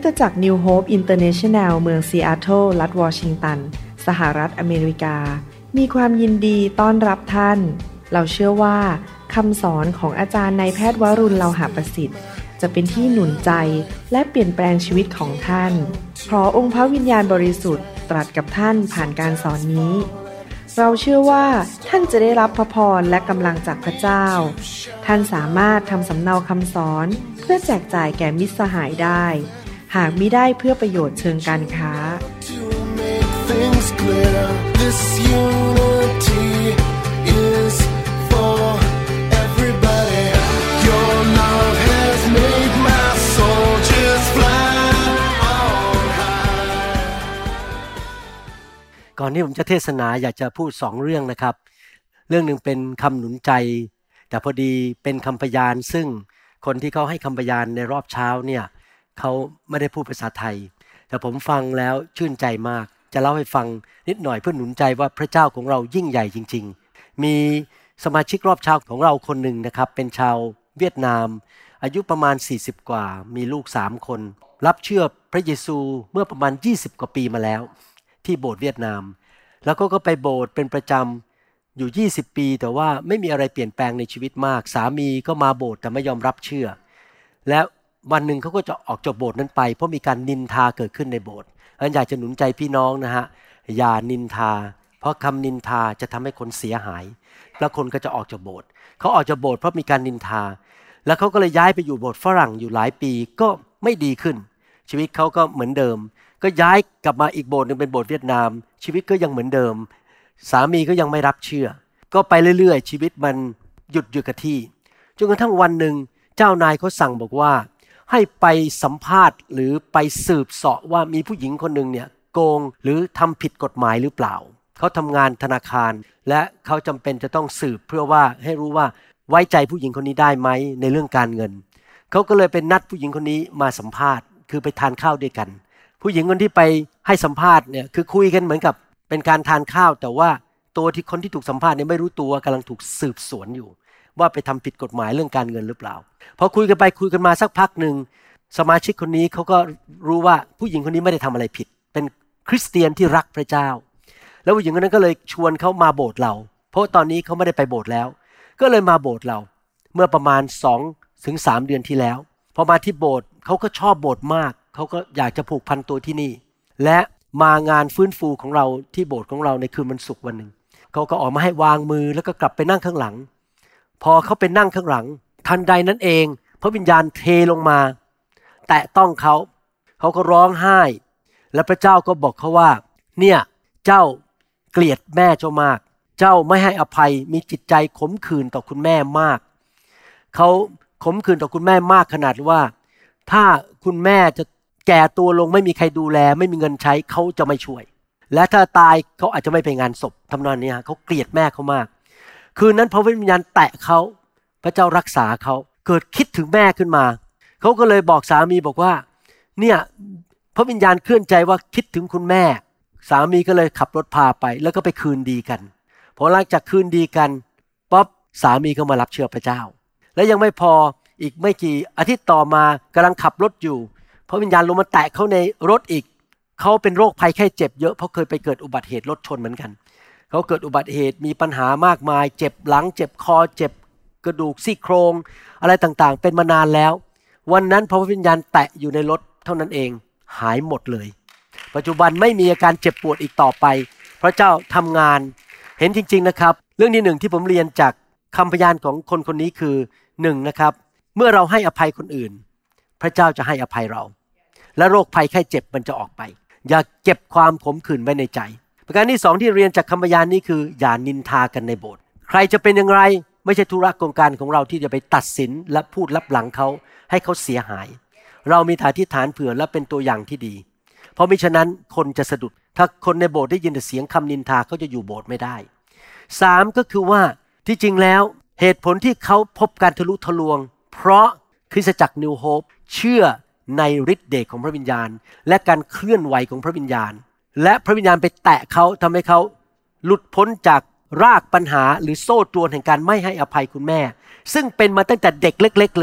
ตจักร New Hope International เมืองซีแอตเทิลรัฐวอชิงตันสหรัฐอเมริกามีความยินดีต้อนรับท่านเราเชื่อว่าคำสอนของอาจารย์นายแพทย์วรุณ เลาหะประสิทธิ์จะเป็นที่หนุนใจและเปลี่ยนแปลงชีวิตของท่านขอองค์พระวิญญาณบริสุทธิ์ตรัสกับท่านผ่านการสอนนี้เราเชื่อว่าท่านจะได้รับพระพรและกำลังจากพระเจ้าท่านสามารถทำสำเนาคำสอนเพื่อแจกจ่ายแก่มิตรสหายได้หากมิได้เพื่อประโยชน์เชิงการค้าก่อนที่ผมจะเทศนาอยากจะพูด2เรื่องนะครับเรื่องนึงเป็นคำหนุนใจแต่พอดีเป็นคำพยานซึ่งคนที่เขาให้คำพยานในรอบเช้าเนี่ยเขาไม่ได้พูดภาษาไทยแต่ผมฟังแล้วชื่นใจมากจะเล่าให้ฟังนิดหน่อยเพื่อหนุนใจว่าพระเจ้าของเรายิ่งใหญ่จริงๆมีสมาชิกรอบเช้าของเราคนหนึ่งนะครับเป็นชาวเวียดนามอายุประมาณ40กว่ามีลูก3คนรับเชื่อพระเยซูเมื่อประมาณ20กว่าปีมาแล้วที่โบสถ์เวียดนามแล้วก็ไปโบสถ์เป็นประจำอยู่20ปีแต่ว่าไม่มีอะไรเปลี่ยนแปลงในชีวิตมากสามีก็มาโบสถ์แต่ไม่ยอมรับเชื่อและวันหนึ่งเขาก็จะออกจากโบสถ์นั้นไปเพราะมีการนินทาเกิดขึ้นในโบสถ์งั้นอยากจะหนุนใจพี่น้องนะฮะอย่านินทาเพราะคำนินทาจะทำให้คนเสียหายแล้วคนก็จะออกจากโบสถ์เขาออกจากโบสถ์เพราะมีการนินทาแล้วเขาก็เลยย้ายไปอยู่โบสถ์ฝรั่งอยู่หลายปีก็ไม่ดีขึ้นชีวิตเขาก็เหมือนเดิมก็ย้ายกลับมาอีกโบสถ์นึงเป็นโบสถ์เวียดนามชีวิตก็ยังเหมือนเดิมสามีก็ยังไม่รับเชื่อก็ไปเรื่อยๆชีวิตมันหยุดอยู่กับที่จนกระทั่งวันหนึ่งเจ้านายเขาสั่งบอกว่าให้ไปสัมภาษณ์หรือไปสืบเสาะว่ามีผู้หญิงคนหนึ่งเนี่ยโกงหรือทำผิดกฎหมายหรือเปล่าเขาทำงานธนาคารและเขาจำเป็นจะต้องสืบเพื่อว่าให้รู้ว่าไว้ใจผู้หญิงคนนี้ได้ไหมในเรื่องการเงินเขาก็เลยเป็นนัดผู้หญิงคนนี้มาสัมภาษณ์คือไปทานข้าวด้วยกันผู้หญิงคนที่ไปให้สัมภาษณ์เนี่ยคือคุยกันเหมือนกับเป็นการทานข้าวแต่ว่าตัวที่คนที่ถูกสัมภาษณ์เนี่ยไม่รู้ตัวกำลังถูกสืบสวนอยู่ว่าไปทำผิดกฎหมายเรื่องการเงินหรือเปล่าพอคุยกันไปคุยกันมาสักพักนึงสมาชิกคนนี้เขาก็รู้ว่าผู้หญิงคนนี้ไม่ได้ทำอะไรผิดเป็นคริสเตียนที่รักพระเจ้าแล้วผู้หญิงคนนั้นก็เลยชวนเขามาโบสถ์เราเพราะตอนนี้เขาไม่ได้ไปโบสถ์แล้วก็เลยมาโบสถ์เราเมื่อประมาณ 2-3 เดือนที่แล้วพอมาที่โบสถ์เขาก็ชอบโบสถ์มากเขาก็อยากจะผูกพันตัวที่นี่และมางานฟื้นฟูของเราที่โบสถ์ของเราในคืนวันศุกร์วันหนึ่งเขาก็ออกมาให้วางมือแล้วก็กลับไปนั่งข้างหลังพอเขาไปนั่งข้างหลังทันใดนั้นเองพระวิญญาณเทลงมาแตะต้องเขาก็ร้องไห้และพระเจ้าก็บอกเขาว่าเนี่ยเจ้าเกลียดแม่เจ้ามากเจ้าไม่ให้อภัยมีจิตใจขมขื่นต่อคุณแม่มากเขาขมขื่นต่อคุณแม่มากขนาดว่าถ้าคุณแม่จะแก่ตัวลงไม่มีใครดูแลไม่มีเงินใช้เขาจะไม่ช่วยและถ้าตายเขาอาจจะไม่ไปงานศพทำนองนี้เขาเกลียดแม่เขามากคืนนั้นพระวิญญาณแตะเขาพระเจ้ารักษาเขาเกิดคิดถึงแม่ขึ้นมาเขาก็เลยบอกสามีบอกว่าเนี่ยพระวิญญาณเคลื่อนใจว่าคิดถึงคุณแม่สามีก็เลยขับรถพาไปแล้วก็ไปคืนดีกันพอหลังจากคืนดีกันปั๊บสามีก็มารับเชื่อพระเจ้าและยังไม่พออีกไม่กี่อาทิตย์ต่อมากำลังขับรถอยู่พระวิญญาณลงมาแตะเขาในรถอีกเขาเป็นโรคภัยไข้เจ็บเยอะเพราะเคยไปเกิดอุบัติเหตุรถชนเหมือนกันเขาเกิดอุบัติเหตุมีปัญหามากมายเจ็บหลังเจ็บคอเจ็บกระดูกซี่โครงอะไรต่างๆเป็นมานานแล้ววันนั้นพระวิญญาณแตะอยู่ในรถเท่านั้นเองหายหมดเลยปัจจุบันไม่มีอาการเจ็บปวดอีกต่อไปพระเจ้าทำงานเห็นจริงๆนะครับเรื่องที่หนึ่งที่ผมเรียนจากคำพยานของคนคนนี้คือ1นะครับเมื่อเราให้อภัยคนอื่นพระเจ้าจะให้อภัยเราและโรคภัยไข้เจ็บมันจะออกไปอย่าเก็บความขมขื่นไว้ในใจประการที่2ที่เรียนจากคำพยานนี้คืออย่านินทากันในโบสถ์ใครจะเป็นอย่างไรไม่ใช่ธุระกงการของเราที่จะไปตัดสินและพูดลับหลังเขาให้เขาเสียหายเรามีอธิษฐานเผื่อและเป็นตัวอย่างที่ดีเพราะมิฉะนั้นคนจะสะดุดถ้าคนในโบสถ์ได้ยินแต่เสียงคำนินทาเขาจะอยู่โบสถ์ไม่ได้3ก็คือว่าที่จริงแล้วเหตุผลที่เขาพบการทะลุทะลวงเพราะคริสตจักร New Hope เชื่อในฤทธิ์เดชของพระวิญญาณและการเคลื่อนไหวของพระวิญญาณและพระวิญญาณไปแตะเขาทำให้เขาหลุดพ้นจากรากปัญหาหรือโซ่ตรวนแห่งการไม่ให้อภัยคุณแม่ซึ่งเป็นมาตั้งแต่เด็กเล็กๆเลย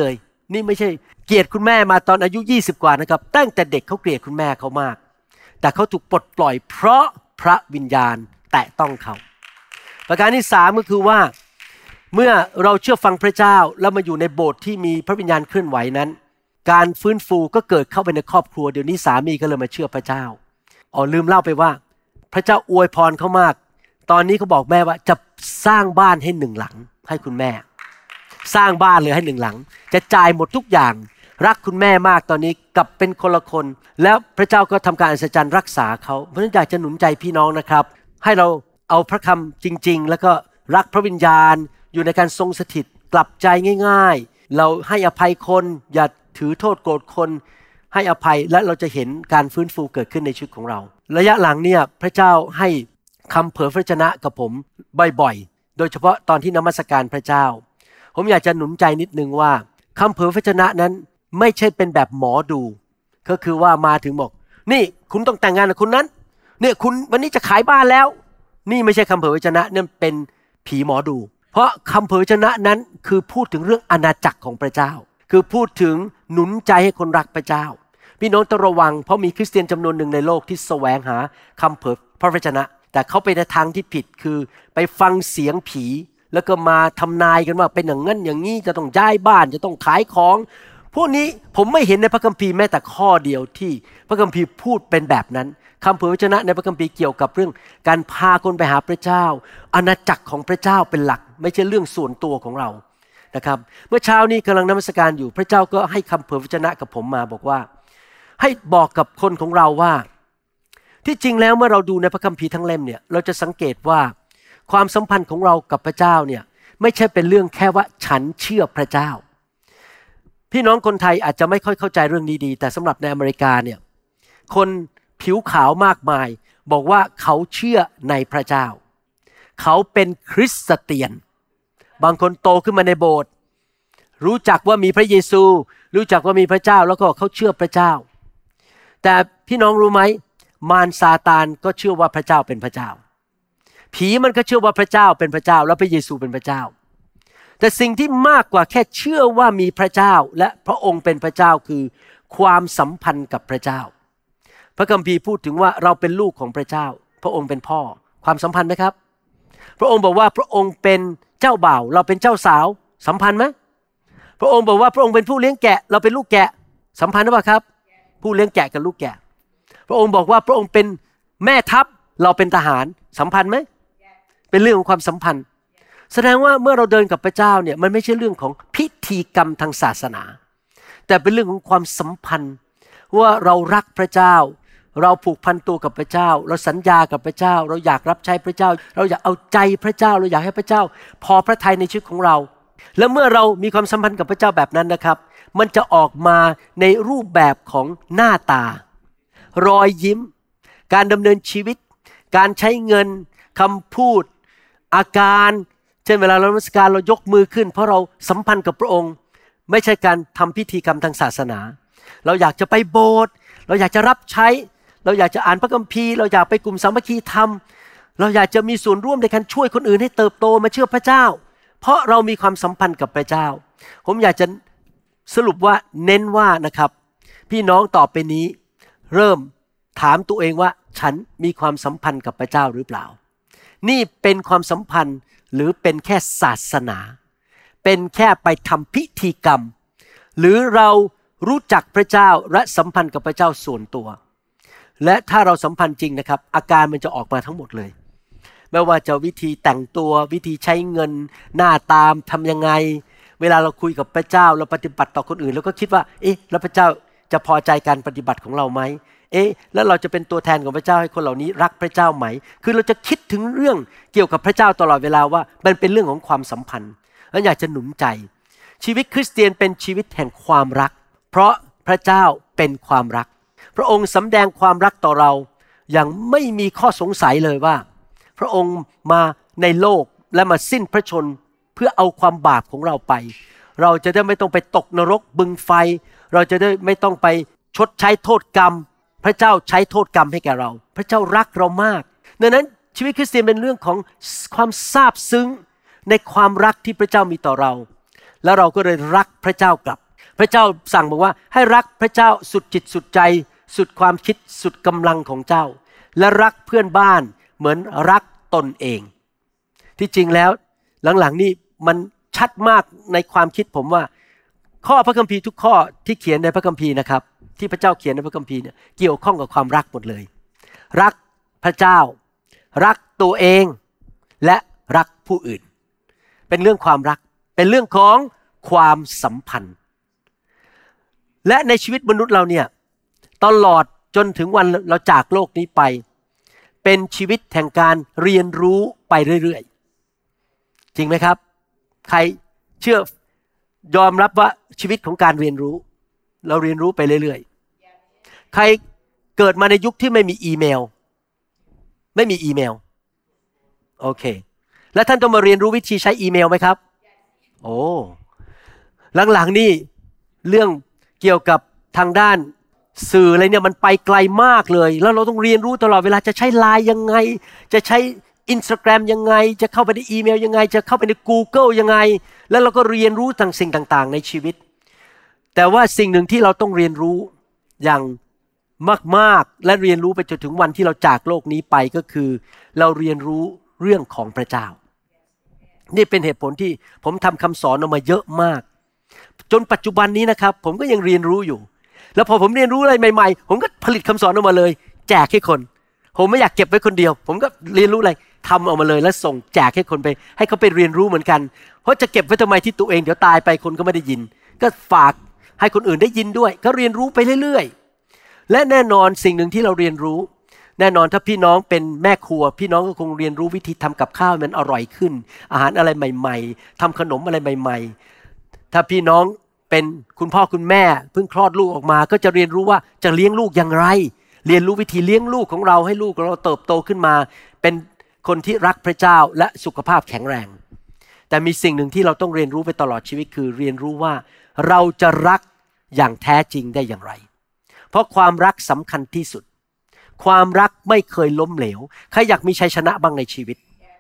นี่ไม่ใช่เกลียดคุณแม่มาตอนอายุ20กว่านะครับตั้งแต่เด็กเขาเกลียดคุณแม่เขามากแต่เขาถูกปลดปล่อยเพราะพระวิญญาณแตะต้องเขาประการที่3ก็คือว่าเมื่อเราเชื่อฟังพระเจ้าแล้วมาอยู่ในโบสถ์ที่มีพระวิญญาณเคลื่อนไหวนั้นการฟื้นฟูก็เกิดเข้าไปในครอบครัวเดี๋ยวนี้สามีก็เลยมาเชื่อพระเจ้าลืมเล่าไปว่าพระเจ้าอวยพรเขามากตอนนี้เขาบอกแม่ว่าจะสร้างบ้านให้1 หลังให้คุณแม่สร้างบ้านเลยให้1 หลังจะจ่ายหมดทุกอย่างรักคุณแม่มากตอนนี้กลับเป็นคนละคนแล้วพระเจ้าก็ทำการอัศจรรย์รักษาเขาเพราะฉะนั้นอยากจะหนุนใจพี่น้องนะครับให้เราเอาพระคำจริงๆแล้วก็รักพระวิญญาณอยู่ในการทรงสถิตกลับใจง่ายๆเราให้อภัยคนอย่าถือโทษโกรธคนให้อภัยและเราจะเห็นการฟื้นฟูเกิดขึ้นในชีวิตของเราระยะหลังเนี่ยพระเจ้าให้คำเผยพระวจนะกับผมบ่อยๆโดยเฉพาะตอนที่นมัสการพระเจ้าผมอยากจะหนุนใจนิดนึงว่าคำเผยพระวจนะนั้นไม่ใช่เป็นแบบหมอดูก็คือว่ามาถึงบอกนี่คุณต้องแต่งงานกับคนนั้นเนี่ยคุณวันนี้จะขายบ้านแล้วนี่ไม่ใช่คำเผยพระวจนะนั่นเป็นผีหมอดูเพราะคำเผยพระวจนะนั้นคือพูดถึงเรื่องอาณาจักรของพระเจ้าคือพูดถึงหนุนใจให้คนรักพระเจ้าพี่น้องต้องระวังเพราะมีคริสเตียนจำนวนหนึ่งในโลกที่แสวงหาคำเผยพระวจนะแต่เขาไปในทางที่ผิดคือไปฟังเสียงผีแล้วก็มาทำนายกันว่าเป็นอย่างนั้นอย่างนี้จะต้องย้ายบ้านจะต้องขายของพวกนี้ผมไม่เห็นในพระคัมภีร์แม้แต่ข้อเดียวที่พระคัมภีร์พูดเป็นแบบนั้นคำเผยพระวจนะในพระคัมภีร์เกี่ยวกับเรื่องการพาคนไปหาพระเจ้าอาณาจักรของพระเจ้าเป็นหลักไม่ใช่เรื่องส่วนตัวของเรานะครับเมื่อเช้านี้กำลังนมัสการอยู่พระเจ้าก็ให้คำเผยพระวจนะกับผมมาบอกว่าให้บอกกับคนของเราว่าที่จริงแล้วเมื่อเราดูในพระคัมภีร์ทั้งเล่มเนี่ยเราจะสังเกตว่าความสัมพันธ์ของเรากับพระเจ้าเนี่ยไม่ใช่เป็นเรื่องแค่ว่าฉันเชื่อพระเจ้าพี่น้องคนไทยอาจจะไม่ค่อยเข้าใจเรื่องนี้ดีแต่สำหรับในอเมริกาเนี่ยคนผิวขาวมากมายบอกว่าเขาเชื่อในพระเจ้าเขาเป็นคริสเตียนบางคนโตขึ้นมาในโบสถ์รู้จักว่ามีพระเยซูรู้จักว่ามีพระเจ้าแล้วก็เขาเชื่อพระเจ้าแต่พี่น้องรู้ไหมมารซาตานก็เชื่อว่าพระเจ้าเป็นพระเจ้าผีมันก็เชื่อว่าพระเจ้าเป็นพระเจ้าแล้วพระเยซูเป็นพระเจ้าแต่สิ่งที่มากกว่าแค่เชื่อว่ามีพระเจ้าและพระองค์เป็นพระเจ้าคือความสัมพันธ์กับพระเจ้าพระคัมภีร์พูดถึงว่าเราเป็นลูกของพระเจ้าพระองค์เป็นพ่อความสัมพันธ์ไหมครับพระองค์บอกว่าพระองค์เป็นเจ้าบ่าวเราเป็นเจ้าสาวสัมพันธ์ไหมพระองค์บอกว่าพระองค์เป็นผู้เลี้ยงแกะเราเป็นลูกแกะสัมพันธ์หรือเปล่าครับผู้เลี้ยงแกะกับลูกแกะพระองค์บอกว่าพระองค์เป็นแม่ทัพเราเป็นทหารสัมพันธ์ไหมเป็นเรื่องของความสัมพันธ์แสดงว่าเมื่อเราเดินกับพระเจ้าเนี่ยมันไม่ใช่เรื่องของพิธีกรรมทางศาสนาแต่เป็นเรื่องของความสัมพันธ์ว่าเรารักพระเจ้าเราผูกพันตัวกับพระเจ้าเราสัญญากับพระเจ้าเราอยากรับใช้พระเจ้าเราอยากเอาใจพระเจ้าเราอยากให้พระเจ้าพอพระทัยในชีวิตของเราและเมื่อเรามีความสัมพันธ์กับพระเจ้าแบบนั้นนะครับมันจะออกมาในรูปแบบของหน้าตารอยยิ้มการดำเนินชีวิตการใช้เงินคำพูดอาการเช่นเวลาเรานมัสการเรายกมือขึ้นเพราะเราสัมพันธ์กับพระองค์ไม่ใช่การทำพิธีกรรมทางศาสนาเราอยากจะไปโบสถ์เราอยากจะรับใช้เราอยากจะอ่านพระคัมภีร์เราอยากไปกลุ่มสามัคคีธรรมเราอยากจะมีส่วนร่วมในการช่วยคนอื่นให้เติบโตมาเชื่อพระเจ้าเพราะเรามีความสัมพันธ์กับพระเจ้าผมอยากจะสรุปว่าเน้นว่านะครับพี่น้องต่อไปนี้เริ่มถามตัวเองว่าฉันมีความสัมพันธ์กับพระเจ้าหรือเปล่านี่เป็นความสัมพันธ์หรือเป็นแค่ศาสนาเป็นแค่ไปทำพิธีกรรมหรือเรารู้จักพระเจ้าและสัมพันธ์กับพระเจ้าส่วนตัวและถ้าเราสัมพันธ์จริงนะครับอาการมันจะออกมาทั้งหมดเลยไม่ว่าจะวิธีแต่งตัววิธีใช้เงินหน้าตามทำยังไงเวลาเราคุยกับพระเจ้าเราปฏิบัติต่อคนอื่นเราก็คิดว่าแล้วพระเจ้าจะพอใจการปฏิบัติของเราไหมแล้วเราจะเป็นตัวแทนของพระเจ้าให้คนเหล่านี้รักพระเจ้าไหมคือเราจะคิดถึงเรื่องเกี่ยวกับพระเจ้าตลอดเวลาว่ามันเป็นเรื่องของความสัมพันธ์และอยากจะหนุนใจชีวิตคริสเตียนเป็นชีวิตแห่งความรักเพราะพระเจ้าเป็นความรักพระองค์สำแดงความรักต่อเราอย่างไม่มีข้อสงสัยเลยว่าพระองค์มาในโลกและมาสิ้นพระชนม์เพื่อเอาความบาปของเราไปเราจะได้ไม่ต้องไปตกนรกบึงไฟเราจะได้ไม่ต้องไปชดใช้โทษกรรมพระเจ้าใช้โทษกรรมให้แก่เราพระเจ้ารักเรามากดังนั้นชีวิตคริสเตียนเป็นเรื่องของความซาบซึ้งในความรักที่พระเจ้ามีต่อเราแล้วเราก็เลยรักพระเจ้ากลับพระเจ้าสั่งบอกว่าให้รักพระเจ้าสุดจิตสุดใจสุดความคิดสุดกำลังของเจ้าและรักเพื่อนบ้านเหมือนรักตนเองที่จริงแล้วหลังๆนี่มันชัดมากในความคิดผมว่าข้อพระคัมภีร์ทุกข้อที่เขียนในพระคัมภีร์นะครับที่พระเจ้าเขียนในพระคัมภีร์เนี่ยเกี่ยวข้องกับความรักหมดเลยรักพระเจ้ารักตัวเองและรักผู้อื่นเป็นเรื่องความรักเป็นเรื่องของความสัมพันธ์และในชีวิตมนุษย์เราเนี่ยตลอดจนถึงวันเราจากโลกนี้ไปเป็นชีวิตแห่งการเรียนรู้ไปเรื่อยๆจริงไหมครับใครเชื่อยอมรับว่าชีวิตของการเรียนรู้เราเรียนรู้ไปเรื่อยๆใครเกิดมาในยุคที่ไม่มีอีเมลโอเคแล้วท่านต้องมาเรียนรู้วิธีใช้อีเมลไหมครับโอ้หลังๆนี่เรื่องเกี่ยวกับทางด้านสื่ออะไรเนี่ยมันไปไกลมากเลยแล้วเราต้องเรียนรู้ตลอดเวลาจะใช้ LINE ยังไงจะใช้ Instagram ยังไงจะเข้าไปในอีเมลยังไงจะเข้าไปใน Google ยังไงแล้วเราก็เรียนรู้สิ่งต่างๆในชีวิตแต่ว่าสิ่งหนึ่งที่เราต้องเรียนรู้อย่างมากๆและเรียนรู้ไปจนถึงวันที่เราจากโลกนี้ไปก็คือเราเรียนรู้เรื่องของพระเจ้านี่เป็นเหตุผลที่ผมทำคำสอนออกมาเยอะมากจนปัจจุบันนี้นะครับผมก็ยังเรียนรู้อยู่แล้วพอผมเรียนรู้อะไรใหม่ๆผมก็ผลิตคำสอนออกมาเลยแจกให้คนผมไม่อยากเก็บไว้คนเดียวผมก็เรียนรู้อะไรทำออกมาเลยแล้วส่งแจกให้คนไปให้เขาไปเรียนรู้เหมือนกันเพราะจะเก็บไว้ทำไมที่ตัวเองเดี๋ยวตายไปคนก็ไม่ได้ยินก็ฝากให้คนอื่นได้ยินด้วยก็เรียนรู้ไปเรื่อยๆและแน่นอนสิ่งหนึ่งที่เราเรียนรู้แน่นอนถ้าพี่น้องเป็นแม่ครัวพี่น้องก็คงเรียนรู้วิธีทำกับข้าวมันอร่อยขึ้นอาหารอะไรใหม่ๆทำขนมอะไรใหม่ๆถ้าพี่น้องเป็นคุณพ่อคุณแม่เพิ่งคลอดลูกออกมาก็จะเรียนรู้ว่าจะเลี้ยงลูกอย่างไรเรียนรู้วิธีเลี้ยงลูกของเราให้ลูกของเราเติบโตขึ้นมาเป็นคนที่รักพระเจ้าและสุขภาพแข็งแรงแต่มีสิ่งหนึ่งที่เราต้องเรียนรู้ไปตลอดชีวิตคือเรียนรู้ว่าเราจะรักอย่างแท้จริงได้อย่างไรเพราะความรักสำคัญที่สุดความรักไม่เคยล้มเหลวใครอยากมีชัยชนะบ้างในชีวิต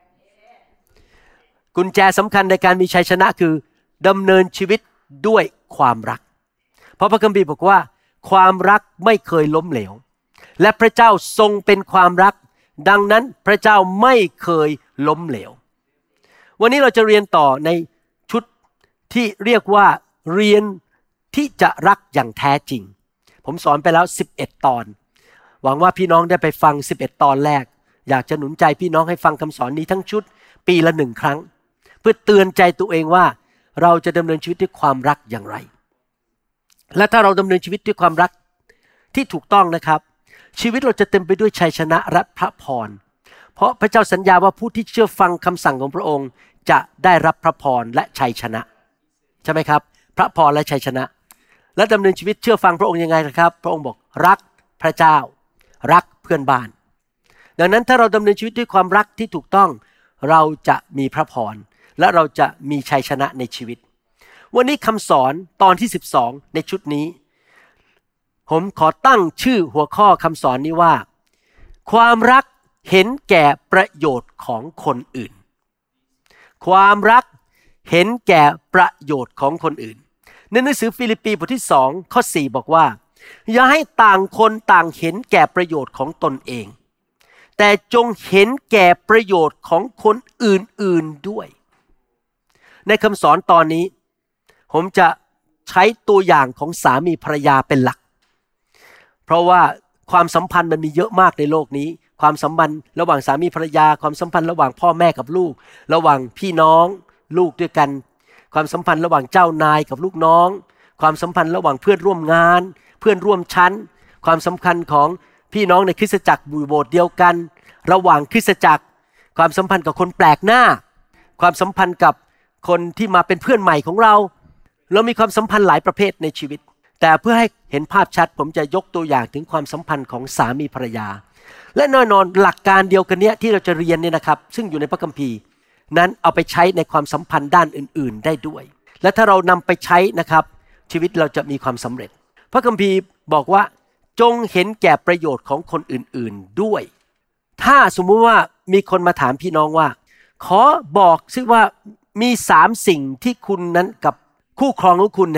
กุญแจสำคัญในการมีชัยชนะคือดำเนินชีวิตด้วยความรักเพราะพระคัมภีร์บอกว่าความรักไม่เคยล้มเหลวและพระเจ้าทรงเป็นความรักดังนั้นพระเจ้าไม่เคยล้มเหลววันนี้เราจะเรียนต่อในชุดที่เรียกว่าเรียนที่จะรักอย่างแท้จริงผมสอนไปแล้ว11ตอนหวังว่าพี่น้องได้ไปฟัง11ตอนแรกอยากจะหนุนใจพี่น้องให้ฟังคำสอนนี้ทั้งชุดปีละ1ครั้งเพื่อเตือนใจตัวเองว่าเราจะดำเนินชีวิตด้วยความรักอย่างไรและถ้าเราดำเนินชีวิตด้วยความรักที่ถูกต้องนะครับชีวิตเราจะเต็มไปด้วยชัยชนะและพระพรเพราะพระเจ้าสัญญาว่าผู้ที่เชื่อฟังคำสั่งของพระองค์จะได้รับพระพรและชัยชนะใช่ไหมครับพระพรและชัยชนะและดำเนินชีวิตเชื่อฟังพระองค์ยังไงนะครับพระองค์บอกรักพระเจ้ารักเพื่อนบ้านดังนั้นถ้าเราดำเนินชีวิตด้วยความรักที่ถูกต้องเราจะมีพระพรและเราจะมีชัยชนะในชีวิตวันนี้คำสอนตอนที่12ในชุดนี้ผมขอตั้งชื่อหัวข้อคำสอนนี้ว่าความรักเห็นแก่ประโยชน์ของคนอื่นความรักเห็นแก่ประโยชน์ของคนอื่นในหนังสือฟิลิปปีบทที่2ข้อ4บอกว่าอย่าให้ต่างคนต่างเห็นแก่ประโยชน์ของตนเองแต่จงเห็นแก่ประโยชน์ของคนอื่นๆด้วยในคำสอนตอนนี้ผมจะใช้ตัวอย่างของสามีภรรยาเป็นหลักเพราะว่าความสัมพันธ์มันมีเยอะมากในโลกนี้ความสัมพันธ์ระหว่างสามีภรรยาความสัมพันธ์ระหว่างพ่อแม่กับลูกระหว่างพี่น้องลูกด้วยกันความสัมพันธ์ระหว่างเจ้านายกับลูกน้องความสัมพันธ์ระหว่างเพื่อนร่วมงานเพื่อนร่วมชั้นความสำคัญของพี่น้องในคริสตจักรโบสถ์เดียวกันระหว่างคริสตจักรความสัมพันธ์กับคนแปลกหน้าความสัมพันธ์กับคนที่มาเป็นเพื่อนใหม่ของเรามีความสัมพันธ์หลายประเภทในชีวิตแต่เพื่อให้เห็นภาพชัดผมจะยกตัวอย่างถึงความสัมพันธ์ของสามีภรรยาและแน่นอนหลักการเดียวกันนี้ที่เราจะเรียนเนี่ยนะครับซึ่งอยู่ในพระคัมภีร์นั้นเอาไปใช้ในความสัมพันธ์ด้านอื่นๆได้ด้วยและถ้าเรานำไปใช้นะครับชีวิตเราจะมีความสำเร็จพระคัมภีร์บอกว่าจงเห็นแก่ประโยชน์ของคนอื่นๆด้วยถ้าสมมุติว่ามีคนมาถามพี่น้องว่าขอบอกซิว่ามี3สิ่งที่คุณนั้นกับคู่ครองของคุณเนี่ยนะ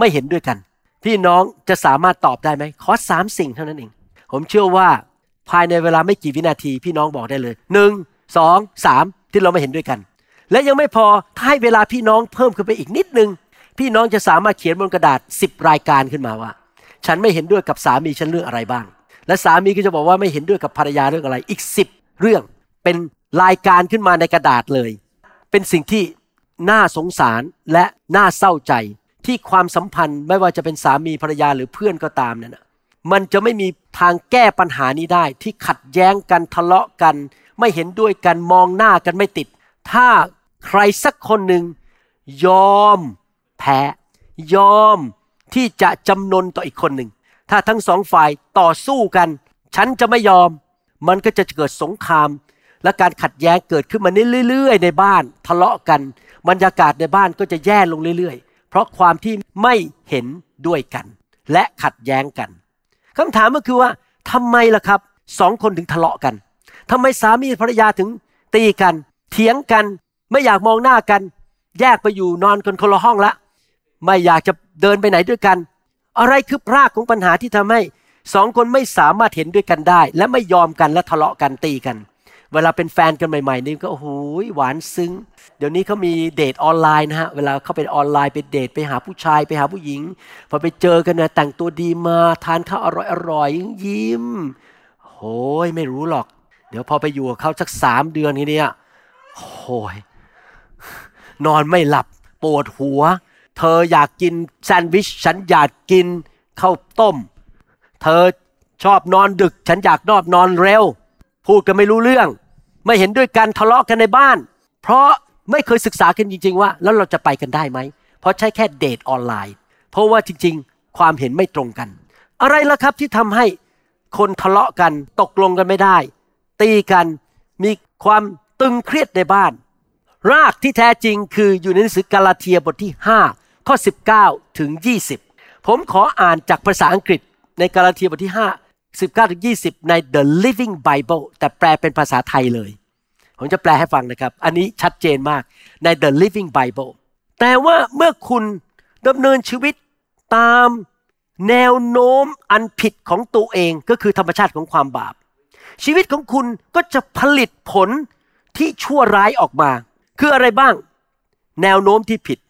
ไม่เห็นด้วยกันพี่น้องจะสามารถตอบได้ไหมขอ3สิ่งเท่านั้นเองผมเชื่อว่าภายในเวลาไม่กี่วินาทีพี่น้องบอกได้เลย1 2 3ที่เราไม่เห็นด้วยกันและยังไม่พอถ้าให้เวลาพี่น้องเพิ่มขึ้นไปอีกนิดนึงพี่น้องจะสามารถเขียนบนกระดาษ10รายการขึ้นมาว่าฉันไม่เห็นด้วยกับสามีฉันเรื่องอะไรบ้างและสามีก็จะบอกว่าไม่เห็นด้วยกับภรรยาเรื่องอะไรอีก10เรื่องเป็นรายการขึ้นมาในกระดาษเลยเป็นสิ่งที่น่าสงสารและน่าเศร้าใจที่ความสัมพันธ์ไม่ว่าจะเป็นสามีภรรยาหรือเพื่อนก็ตามเนี่ยนะมันจะไม่มีทางแก้ปัญหานี้ได้ที่ขัดแย้งกันทะเลาะกันไม่เห็นด้วยกันมองหน้ากันไม่ติดถ้าใครสักคนหนึ่งยอมแพ้ยอมที่จะจำนนต่ออีกคนหนึ่งถ้าทั้งสองฝ่ายต่อสู้กันฉันจะไม่ยอมมันก็จะเกิดสงครามและการขัดแย้งเกิดขึ้นมาเรื่อยๆในบ้านทะเลาะกันบรรยากาศในบ้านก็จะแย่ลงเรื่อยๆเพราะความที่ไม่เห็นด้วยกันและขัดแย้งกันคำถามก็คือว่าทำไมล่ะครับ2คนถึงทะเลาะกันทำไมสามีภรรยาถึงตีกันเถียงกันไม่อยากมองหน้ากันแยกไปอยู่นอนกันคนละห้องละไม่อยากจะเดินไปไหนด้วยกันอะไรคือรากของปัญหาที่ทำให้2คนไม่สามารถเห็นด้วยกันได้และไม่ยอมกันและทะเลาะกันตีกันเวลาเป็นแฟนกันใหม่ๆนี่ก็โอ้โหหวานซึ้งเดี๋ยวนี้เขามีเดทออนไลน์นะฮะเวลาเขาเป็นออนไลน์ไปเดทไปหาผู้ชายไปหาผู้หญิงพอไปเจอกันเนี่ยแต่งตัวดีมาทานข้าวอร่อยๆยิ้มโอ้ยไม่รู้หรอกเดี๋ยวพอไปอยู่กับเขาสัก3 เดือนนี้เนี่ยโอ้ยนอนไม่หลับปวดหัวเธออยากกินแซนด์วิชฉันอยากกินข้าวต้มเธอชอบนอนดึกฉันอยากนอนเร็วพูดกันไม่รู้เรื่องไม่เห็นด้วยกันทะเลาะกันในบ้านเพราะไม่เคยศึกษากันจริงๆว่าแล้วเราจะไปกันได้ไหมเพราะใช้แค่เดทออนไลน์เพราะว่าจริงๆความเห็นไม่ตรงกันอะไรล่ะครับที่ทำให้คนทะเลาะกันตกลงกันไม่ได้ตีกันมีความตึงเครียดในบ้านรากที่แท้จริงคืออยู่ในหนังสือกาลาเทียบทที่5ข้อ19ถึง20ผมขออ่านจากภาษาอังกฤษในกาลาเทียบทที่5 19ถึง20ใน The Living Bible แต่แปลเป็นภาษาไทยเลยผมจะแปลให้ฟังนะครับอันนี้ชัดเจนมากใน The Living Bible แต่ว่าเมื่อคุณดำเนินชีวิตตามแนวโน้มอันผิดของตัวเองก็คือธรรมชาติของความบาปชีวิตของคุณก็จะผลิตผลที่ชั่วร้ายออกมาคืออะไรบ้างแนวโน้มที่ผิด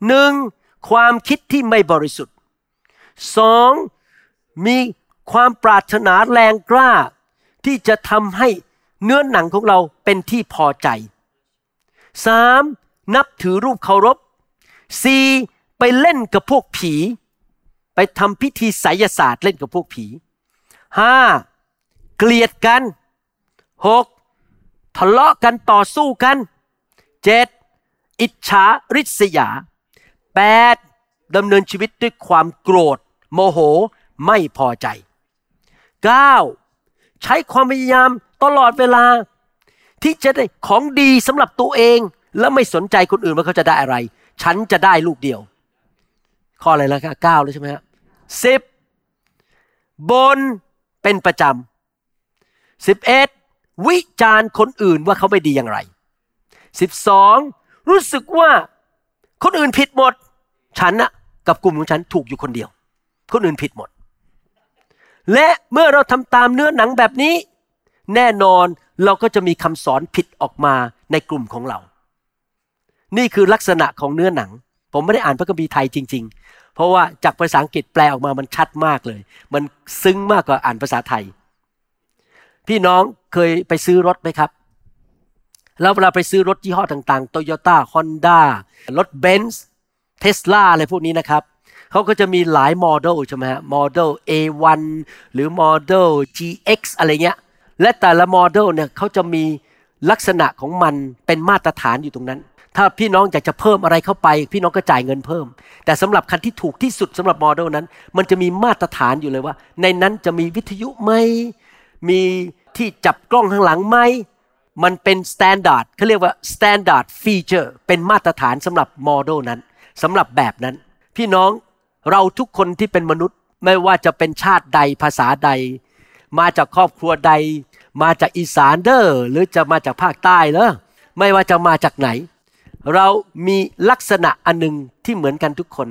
1. ความคิดที่ไม่บริสุทธิ์ 2. มีความปรารถนาแรงกล้าที่จะทำให้เนื้อหนังของเราเป็นที่พอใจ 3. นับถือรูปเคารพ 4. ไปเล่นกับพวกผีไปทำพิธีไสยศาสตร์เล่นกับพวกผี 5. เกลียดกัน 6. ทะเลาะกันต่อสู้กัน 7. อิจฉาริษยา 8. ดำเนินชีวิตด้วยความโกรธโมโหไม่พอใจ 9. ใช้ความพยายามตลอดเวลาที่จะได้ของดีสำหรับตัวเองและไม่สนใจคนอื่นว่าเขาจะได้อะไรฉันจะได้ลูกเดียวข้ออะไรแล้วครับ9แล้วใช่ไหมครับ10บ่นเป็นประจำ11วิจารณ์คนอื่นว่าเขาไม่ดีอย่างไร12รู้สึกว่าคนอื่นผิดหมดฉันน่ะกับกลุ่มของฉันถูกอยู่คนเดียวคนอื่นผิดหมดและเมื่อเราทำตามเนื้อหนังแบบนี้แน่นอนเราก็จะมีคำสอนผิดออกมาในกลุ่มของเรานี่คือลักษณะของเนื้อหนังผมไม่ได้อ่านพระคัมภีร์ไทยจริงๆเพราะว่าจากภาษาอังกฤษแปลออกมามันชัดมากเลยมันซึ้งมากกว่าอ่านภาษาไทยพี่น้องเคยไปซื้อรถไหมครับแล้วเวลาไปซื้อรถยี่ห้อต่างๆ Toyota Honda รถ Benz Tesla อะไรพวกนี้นะครับเขาก็จะมีหลายโมเดลใช่ไหมฮะโมเดล A1 หรือโมเดล GX อะไรเงี้ยและแต่ละโมเดลเนี่ยเขาจะมีลักษณะของมันเป็นมาตรฐานอยู่ตรงนั้นถ้าพี่น้องอยากจะเพิ่มอะไรเข้าไปพี่น้องก็จ่ายเงินเพิ่มแต่สำหรับคันที่ถูกที่สุดสำหรับโมเดลนั้นมันจะมีมาตรฐานอยู่เลยว่าในนั้นจะมีวิทยุไหมมีที่จับกล้องข้างหลังไหมมันเป็นสแตนดาร์ดเขาเรียกว่าสแตนดาร์ดฟีเจอร์เป็นมาตรฐานสำหรับโมเดลนั้นสำหรับแบบนั้นพี่น้องเราทุกคนที่เป็นมนุษย์ไม่ว่าจะเป็นชาติใดภาษาใดมาจากครอบครัวใดมาจากอีสานเด้อหรือจะมาจากภาคใต้เหรอไม่ว่าจะมาจากไหนเรามีลักษณะอันนึงที่เหมือนกันทุกคน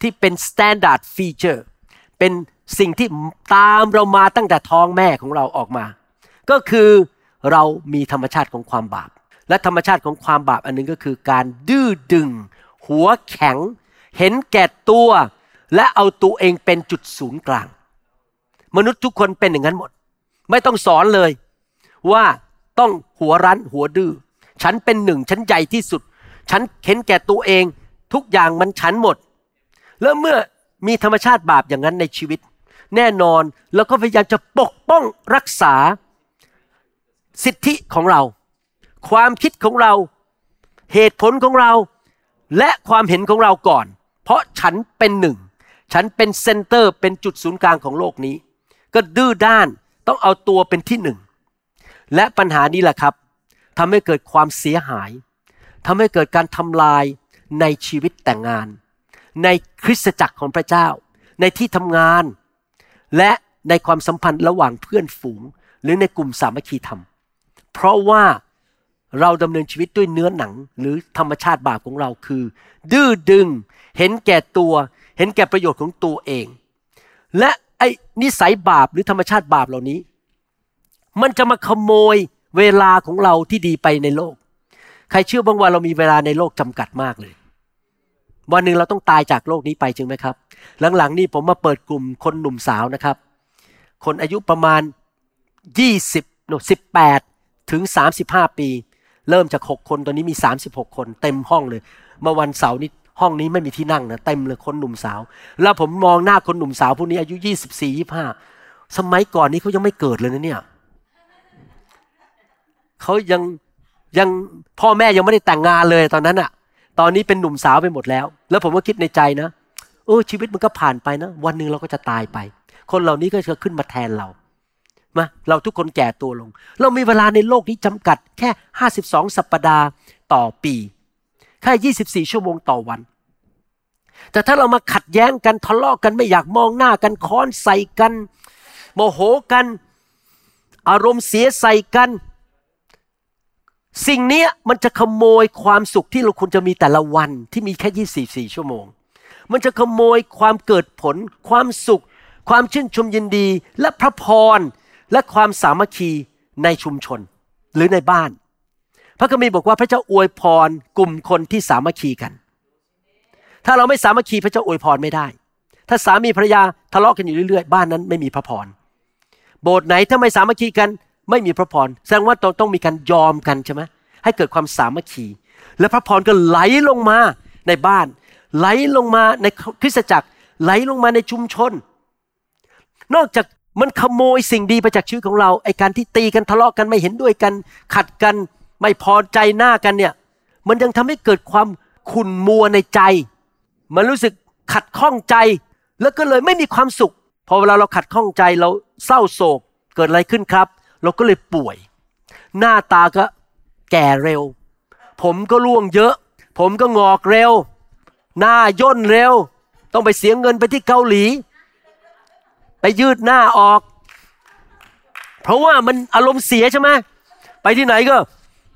ที่เป็น standard feature เป็นสิ่งที่ตามเรามาตั้งแต่ท้องแม่ของเราออกมาก็คือเรามีธรรมชาติของความบาปและธรรมชาติของความบาปอันนึงก็คือการดื้อดึงหัวแข็งเห็นแก่ตัวและเอาตัวเองเป็นจุดศูนย์กลางมนุษย์ทุกคนเป็นอย่างนั้นหมดไม่ต้องสอนเลยว่าต้องหัวรั้นหัวดื้อฉันเป็นหนึ่งฉันใหญ่ที่สุดฉันเห็นแก่ตัวเองทุกอย่างมันฉันหมดแล้วเมื่อมีธรรมชาติบาปอย่างนั้นในชีวิตแน่นอนเราก็พยายามจะปกป้องรักษาสิทธิของเราความคิดของเราเหตุผลของเราและความเห็นของเราก่อนเพราะฉันเป็นหนึ่งฉันเป็นเซนเตอร์เป็นจุดศูนย์กลางของโลกนี้ก็ดื้อด้านต้องเอาตัวเป็นที่หนึ่งและปัญหานี้แหละครับทำให้เกิดความเสียหายทำให้เกิดการทำลายในชีวิตแต่งงานในคริสตจักรของพระเจ้าในที่ทำงานและในความสัมพันธ์ระหว่างเพื่อนฝูงหรือในกลุ่มสามัคคีธรรมเพราะว่าเราดำเนินชีวิตด้วยเนื้อหนังหรือธรรมชาติบาปของเราคือดื้อดึงเห็นแก่ตัวเห็นแก่ประโยชน์ของตัวเองและไอ้นิสัยบาปหรือธรรมชาติบาปเหล่านี้มันจะมาขโมยเวลาของเราที่ดีไปในโลกใครเชื่อบ้างว่าเรามีเวลาในโลกจำกัดมากเลยวันหนึ่งเราต้องตายจากโลกนี้ไปจริงไหมครับหลังๆนี่ผมมาเปิดกลุ่มคนหนุ่มสาวนะครับคนอายุประมาณ18ถึง35ปีเริ่มจาก6คนตอนนี้มี36คนเต็มห้องเลยเมื่อวันเสาร์นี้ห้องนี้ไม่มีที่นั่งนะเต็มเลยคนหนุ่มสาวแล้วผมมองหน้าคนหนุ่มสาวพวกนี้อายุ24 25สมัยก่อนนี้เขายังไม่เกิดเลยนะเนี่ยเขายังพ่อแม่ยังไม่ได้แต่งงานเลยตอนนั้นอ่ะตอนนี้เป็นหนุ่มสาวไปหมดแล้วผมก็คิดในใจนะชีวิตมันก็ผ่านไปนะวันนึงเราก็จะตายไปคนเหล่านี้ก็จะขึ้นมาแทนเราทุกคนแก่ตัวลงเรามีเวลาในโลกนี้จำกัดแค่52สัปดาห์ต่อปีแค่24ชั่วโมงต่อวันแต่ถ้าเรามาขัดแย้งกันทะเลาะกันไม่อยากมองหน้ากันค้อนใส่กันโมโหกันอารมณ์เสียใส่กันสิ่งนี้มันจะขโมยความสุขที่เราควรจะมีแต่ละวันที่มีแค่24ชั่วโมงมันจะขโมยความเกิดผลความสุขความชื่นชมยินดีและพระพรและความสามัคคีในชุมชนหรือในบ้านพระคัมภีร์บอกว่าพระเจ้าอวยพรกลุ่มคนที่สามัคคีกันถ้าเราไม่สามัคคีพระเจ้าอวยพรไม่ได้ถ้าสามีภรรยาทะเลาะกันอยู่เรื่อยๆบ้านนั้นไม่มีพระพรโบสถ์ไหนถ้าไม่สามัคคีกันไม่มีพระพรแสดงว่าต้องมีการยอมกันใช่ไหมให้เกิดความสามัคคีและพระพรก็ไหลลงมาในบ้านไหลลงมาในคริสตจักรไหลลงมาในชุมชนนอกจากมันขโมยสิ่งดีไปจากชีวิตของเราไอ้การที่ตีกันทะเลาะกันไม่เห็นด้วยกันขัดกันไม่พอใจหน้ากันเนี่ยมันยังทำให้เกิดความขุ่นมัวในใจมันรู้สึกขัดข้องใจแล้วก็เลยไม่มีความสุขพอเวลาเราขัดข้องใจเราเศร้าโศกเกิดอะไรขึ้นครับเราก็เลยป่วยหน้าตาก็แก่เร็วผมก็ร่วงเยอะผมก็งอกเร็วหน้าย่นเร็วต้องไปเสียเงินไปที่เกาหลีไปยืดหน้าออกเพราะว่ามันอารมณ์เสียใช่ไหมไปที่ไหนก็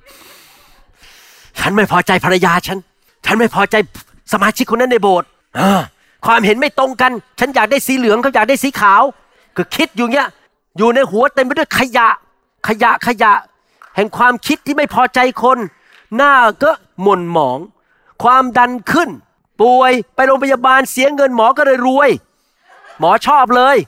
ฉันไม่พอใจภรรยาฉันไม่พอใจสมาชิกคนนั้นในโบสถ์ความเห็นไม่ตรงกันฉันอยากได้สีเหลืองเขาอยากได้สีขาวก็คิดอยู่เงี้ยอยู่ในหัวเต็มไปด้วยขยะแห่งความคิดที่ไม่พอใจคนหน้าก็หม่นหมองความดันขึ้นป่วยไปโรงพยาบาลเสียเงินหมอก็เลยรวยหมอชอบเลย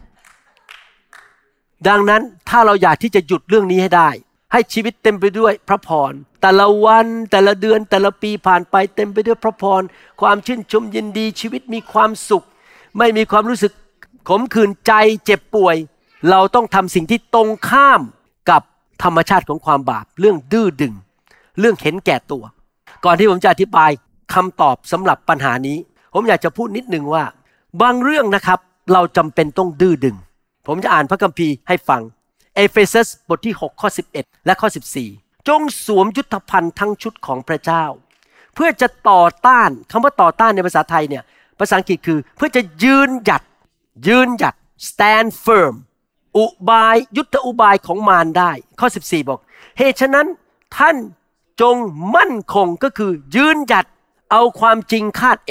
ดังนั้นถ้าเราอยากที่จะหยุดเรื่องนี้ให้ได้ให้ชีวิตเต็มไปด้วยพระพรแต่ละวันแต่ละเดือนแต่ละปีผ่านไปเต็มไปด้วยพระพรความชื่นชมยินดีชีวิตมีความสุขไม่มีความรู้สึกขมขื่นใจเจ็บป่วยเราต้องทำสิ่งที่ตรงข้ามกับธรรมชาติของความบาปเรื่องดื้อดึงเรื่องเห็นแก่ตัวก่อนที่ผมจะอธิบายคำตอบสำหรับปัญหานี้ผมอยากจะพูดนิดนึงว่าบางเรื่องนะครับเราจำเป็นต้องดื้อดึงผมจะอ่านพระคัมภีร์ให้ฟังเอเฟซัสบทที่6ข้อ11และข้อ14จงสวมยุทธภัณฑ์ทั้งชุดของพระเจ้าเพื่อจะต่อต้านคำว่าต่อต้านในภาษาไทยเนี่ยภาษาอังกฤษคือเพื่อจะยืนหยัด stand firm ยุทธอุบายของมารได้ข้อ14บอกเหตุฉะนั้นท่านจงมั่นคงก็คือยืนหยัดเอาความจริงคาดเอว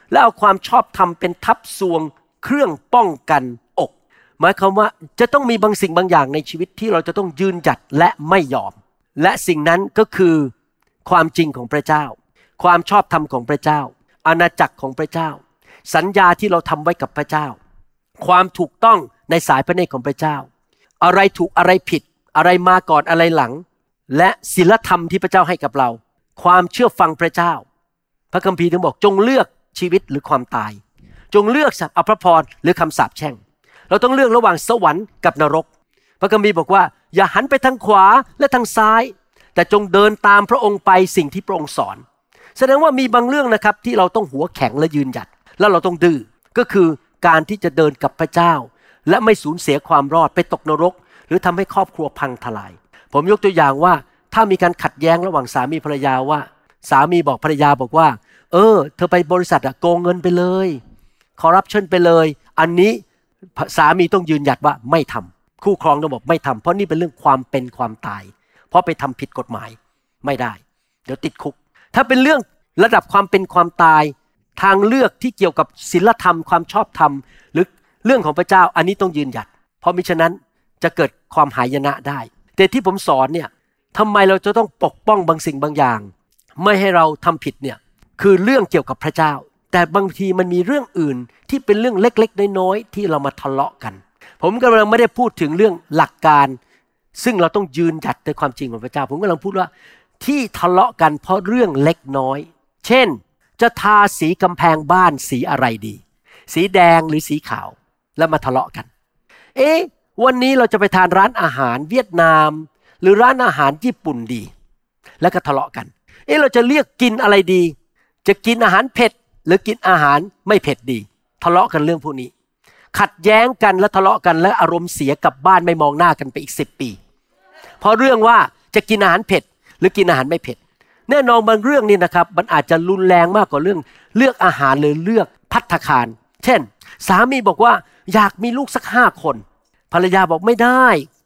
และเอาความชอบธรรมเป็นทัพทรวงเครื่องป้องกันอกหมายความว่าจะต้องมีบางสิ่งบางอย่างในชีวิตที่เราจะต้องยืนหยัดและไม่ยอมและสิ่งนั้นก็คือความจริงของพระเจ้าความชอบธรรมของพระเจ้าอาณาจักรของพระเจ้าสัญญาที่เราทำไว้กับพระเจ้าความถูกต้องในสายพระเนตรของพระเจ้าอะไรถูกอะไรผิดอะไรมาก่อนอะไรหลังและศีลธรรมที่พระเจ้าให้กับเราความเชื่อฟังพระเจ้าพระคัมภีร์ถึงบอกจงเลือกชีวิตหรือความตายจงเลือกเอาพระพรหรือคำสาปแช่งเราต้องเลือกระหว่างสวรรค์กับนรกพระคัมภีร์บอกว่าอย่าหันไปทางขวาและทางซ้ายแต่จงเดินตามพระองค์ไปสิ่งที่พระองค์สอนแสดงว่ามีบางเรื่องนะครับที่เราต้องหัวแข็งและยืนหยัดแล้วเราต้องดื้อก็คือการที่จะเดินกับพระเจ้าและไม่สูญเสียความรอดไปตกนรกหรือทำให้ครอบครัวพังทลายผมยกตัวอย่างว่าถ้ามีการขัดแย้งระหว่างสามีภรรยาว่าสามีบอกภรรยาบอกว่าเธอไปบริษัทโกงเงินไปเลยคอร์รัปชันไปเลยอันนี้สามีต้องยืนหยัดว่าไม่ทำคู่ครองต้องบอกไม่ทำเพราะนี่เป็นเรื่องความเป็นความตายเพราะไปทำผิดกฎหมายไม่ได้เดี๋ยวติดคุกถ้าเป็นเรื่องระดับความเป็นความตายทางเลือกที่เกี่ยวกับศีลธรรมความชอบธรรมหรือเรื่องของพระเจ้าอันนี้ต้องยืนหยัดเพราะมิฉะนั้นจะเกิดความหายนะได้แต่ที่ผมสอนเนี่ยทำไมเราจะต้องปกป้องบางสิ่งบางอย่างไม่ให้เราทำผิดเนี่ยคือเรื่องเกี่ยวกับพระเจ้าแต่บางทีมันมีเรื่องอื่นที่เป็นเรื่องเล็กๆน้อยๆที่เรามาทะเลาะกันผมกำลังไม่ได้พูดถึงเรื่องหลักการซึ่งเราต้องยืนหยัดในความจริงของพระเจ้าผมกำลังพูดว่าที่ทะเลาะกันเพราะเรื่องเล็กน้อยเช่นจะทาสีกำแพงบ้านสีอะไรดีสีแดงหรือสีขาวแล้วมาทะเลาะกันวันนี้เราจะไปทานร้านอาหารเวียดนามหรือร้านอาหารญี่ปุ่นดีแล้วก็ทะเลาะกันเราจะเลือกกินอะไรดีจะกินอาหารเผ็ดหรือกินอาหารไม่เผ็ดดีทะเลาะกันเรื่องพวกนี้ขัดแย้งกันและทะเลาะกันและอารมณ์เสียกลับบ้านไม่มองหน้ากันไปอีก10 ปีเพราะเรื่องว่าจะกินอาหารเผ็ดหรือกินอาหารไม่เผ็ดแน่นอนบางเรื่องนี่นะครับมันอาจจะรุนแรงมากกว่าเรื่องเลือกอาหารหรือเลือกภัตตาคารเช่นสามีบอกว่าอยากมีลูกสัก5 คนภรรยาบอกไม่ได้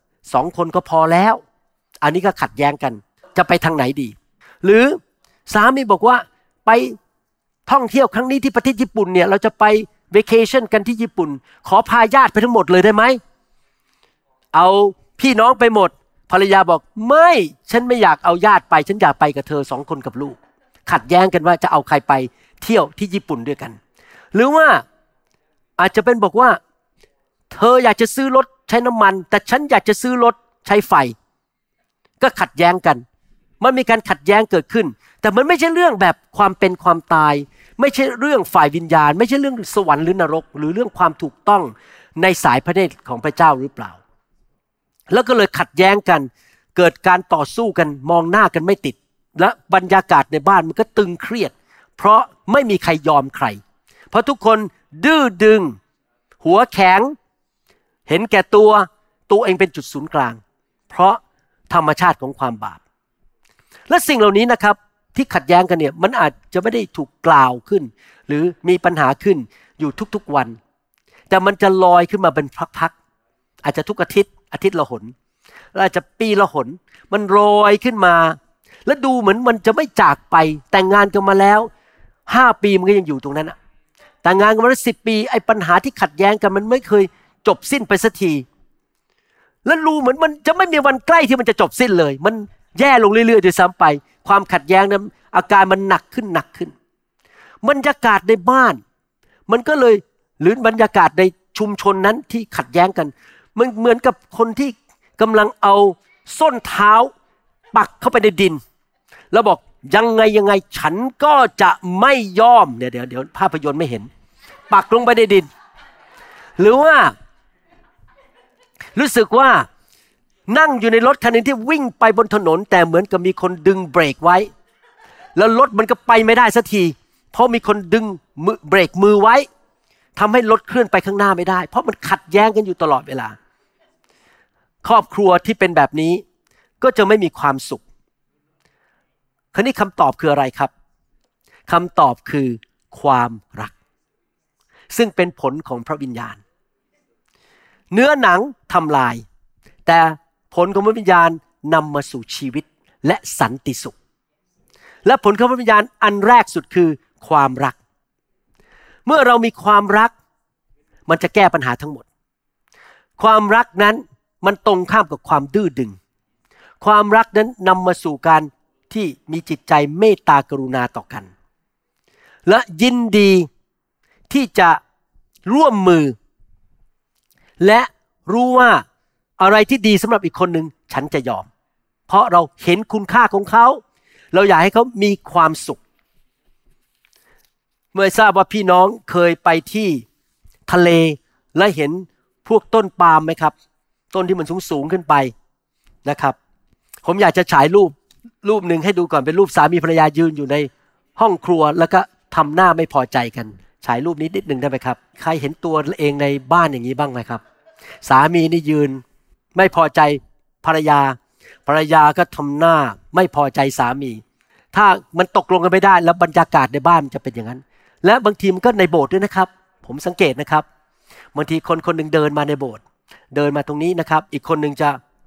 2 คนก็พอแล้วอันนี้ก็ขัดแย้งกันจะไปทางไหนดีหรือสามีบอกว่าไปท่องเที่ยวครั้งนี้ที่ประเทศญี่ปุ่นเนี่ยเราจะไปเวเคชั่นกันที่ญี่ปุ่นขอพาญาติไปทั้งหมดเลยได้ไหมเอาพี่น้องไปหมดภรรยาบอกไม่ฉันไม่อยากเอาญาติไปฉันอยากไปกับเธอ2 คนกับลูกขัดแย้งกันว่าจะเอาใครไปเที่ยวที่ญี่ปุ่นด้วยกันหรือว่าอาจจะเป็นบอกว่าเธออยากจะซื้อรถใช้น้ำมันแต่ฉันอยากจะซื้อรถใช้ไฟก็ขัดแย้งกันมันมีการขัดแย้งเกิดขึ้นแต่มันไม่ใช่เรื่องแบบความเป็นความตายไม่ใช่เรื่องฝ่ายวิญญาณไม่ใช่เรื่องสวรรค์หรือนรกหรือเรื่องความถูกต้องในสายพระเนตรของพระเจ้าหรือเปล่าแล้วก็เลยขัดแย้งกันเกิดการต่อสู้กันมองหน้ากันไม่ติดและบรรยากาศในบ้านมันก็ตึงเครียดเพราะไม่มีใครยอมใครเพราะทุกคนดื้อดึงหัวแข็งเห็นแก่ตัวเองเป็นจุดศูนย์กลางเพราะธรรมชาติของความบาปและสิ่งเหล่านี้นะครับที่ขัดแย้งกันเนี่ยมันอาจจะไม่ได้ถูกกล่าวขึ้นหรือมีปัญหาขึ้นอยู่ทุกๆวันแต่มันจะลอยขึ้นมาเป็นพักๆอาจจะทุกอาทิตย์ละหนอาจจะปีละหนมันลอยขึ้นมาแล้วดูเหมือนมันจะไม่จากไปแต่งงานกันมาแล้ว5 ปีมันก็ยังอยู่ตรงนั้นอะแต่งงานกันมาแล้ว10 ปีไอ้ปัญหาที่ขัดแย้งกันมันไม่เคยจบสิ้นไปสักทีแล้วรู้เหมือนมันจะไม่มีวันใกล้ที่มันจะจบสิ้นเลยมันแย่ลงเรื่อยๆด้วยซ้ำไปความขัดแย้งนั้นอาการมันหนักขึ้นบรรยากาศในบ้านมันก็เลยหรือบรรยากาศในชุมชนนั้นที่ขัดแย้งกันมันเหมือนกับคนที่กำลังเอาส้นเท้าปักเข้าไปในดินแล้วบอกยังไงฉันก็จะไม่ยอมเดี๋ยวภาพยนตร์ไม่เห็นปักลงไปในดินหรือว่ารู้สึกว่านั่งอยู่ในรถคันนึงที่วิ่งไปบนถนนแต่เหมือนกับมีคนดึงเบรกไว้แล้วรถมันก็ไปไม่ได้สักทีเพราะมีคนดึงเบรกมือไว้ทำให้รถเคลื่อนไปข้างหน้าไม่ได้เพราะมันขัดแย้งกันอยู่ตลอดเวลาครอบครัวที่เป็นแบบนี้ก็จะไม่มีความสุขคราวนี้คำตอบคืออะไรครับคำตอบคือความรักซึ่งเป็นผลของพระวิญญาณเนื้อหนังทำลายแต่ผลของพระวิญญาณนำมาสู่ชีวิตและสันติสุขและผลของพระวิญญาณอันแรกสุดคือความรักมื่อเรามีความรักมันจะแก้ปัญหาทั้งหมดความรักนั้นมันตรงข้ามกับความดื้อดึงความรักนั้นนำมาสู่การที่มีจิตใจเมตตากรุณาต่อกันและยินดีที่จะร่วมมือและรู้ว่าอะไรที่ดีสำหรับอีกคนหนึ่งฉันจะยอมเพราะเราเห็นคุณค่าของเขาเราอยากให้เขามีความสุขเมื่อทราบว่าพี่น้องเคยไปที่ทะเลและเห็นพวกต้นปาล์มไหมครับต้นที่มันสูงขึ้นไปนะครับผมอยากจะฉายรูปหนึ่งให้ดูก่อนเป็นรูปสามีภรรยายืนอยู่ในห้องครัวแล้วก็ทำหน้าไม่พอใจกันฉายรูปนี้นิดนึงได้ไหมครับใครเห็นตัวเองในบ้านอย่างนี้บ้างไหมครับสามีนี่ยืนไม่พอใจภรรยาก็ทำหน้าไม่พอใจสามีถ้ามันตกลงกันไม่ได้แล้วบรรยากาศในบ้านมันจะเป็นอย่างนั้นและบางทีมันก็ในโบสถ์ด้วยนะครับผมสังเกตนะครับบางทีคนหนึ่งเดินมาในโบสถ์เดินมาตรงนี้นะครับอีกคนหนึ่งจะ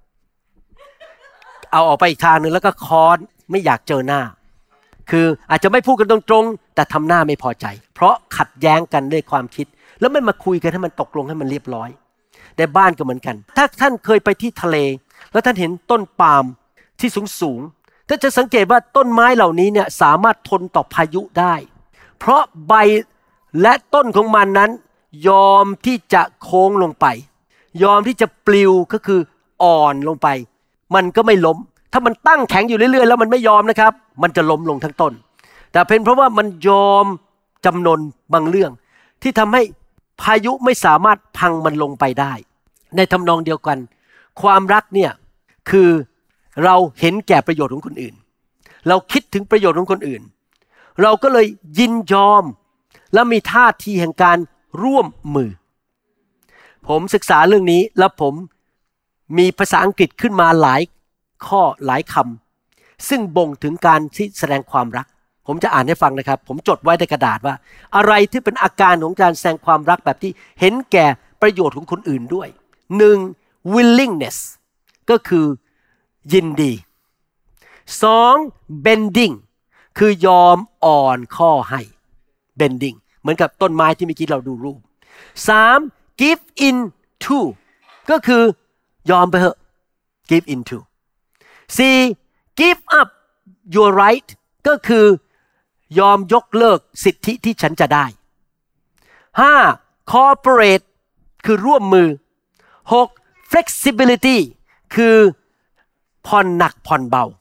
เอาออกไปอีกทางนึงแล้วก็ค้อนไม่อยากเจอหน้าคืออาจจะไม่พูดกันตรงๆแต่ทำหน้าไม่พอใจเพราะขัดแย้งกันด้วยความคิดแล้วไม่มาคุยกันให้มันตกลงให้มันเรียบร้อยในบ้านก็เหมือนกันถ้าท่านเคยไปที่ทะเลแล้วท่านเห็นต้นปาล์มที่สูงท่านจะสังเกตว่าต้นไม้เหล่านี้เนี่ยสามารถทนต่อพายุได้เพราะใบและต้นของมันนั้นยอมที่จะโค้งลงไปยอมที่จะปลิวก็คืออ่อนลงไปมันก็ไม่ล้มถ้ามันตั้งแข็งอยู่เรื่อยๆแล้วมันไม่ยอมนะครับมันจะล้มลงทั้งต้นแต่เป็นเพราะว่ามันยอมจำนนบางเรื่องที่ทำให้พายุไม่สามารถพังมันลงไปได้ในทำนองเดียวกันความรักเนี่ยคือเราเห็นแก่ประโยชน์ของคนอื่นเราคิดถึงประโยชน์ของคนอื่นเราก็เลยยินยอมและมีท่าทีแห่งการร่วมมือผมศึกษาเรื่องนี้แล้วผมมีภาษาอังกฤษขึ้นมาหลายข้อหลายคำซึ่งบ่งถึงการที่แสดงความรักผมจะอ่านให้ฟังนะครับผมจดไว้ในกระดาษว่าอะไรที่เป็นอาการของการแสดงความรักแบบที่เห็นแก่ประโยชน์ของคนอื่นด้วย 1. willingness ก็คือยินดี 2. bending คือยอมอ่อนข้อให้ bending เหมือนกับต้นไม้ที่เมื่อกี้เราดูรูป 3. give in to ก็คือยอมไปเถอะ give in to 4. give up your right ก็คือยอมยกเลิกสิทธิที่ฉันจะได้ 5. cooperate คือร่วมมือ 6. flexibility คือผ่อนหนักผ่อนเบา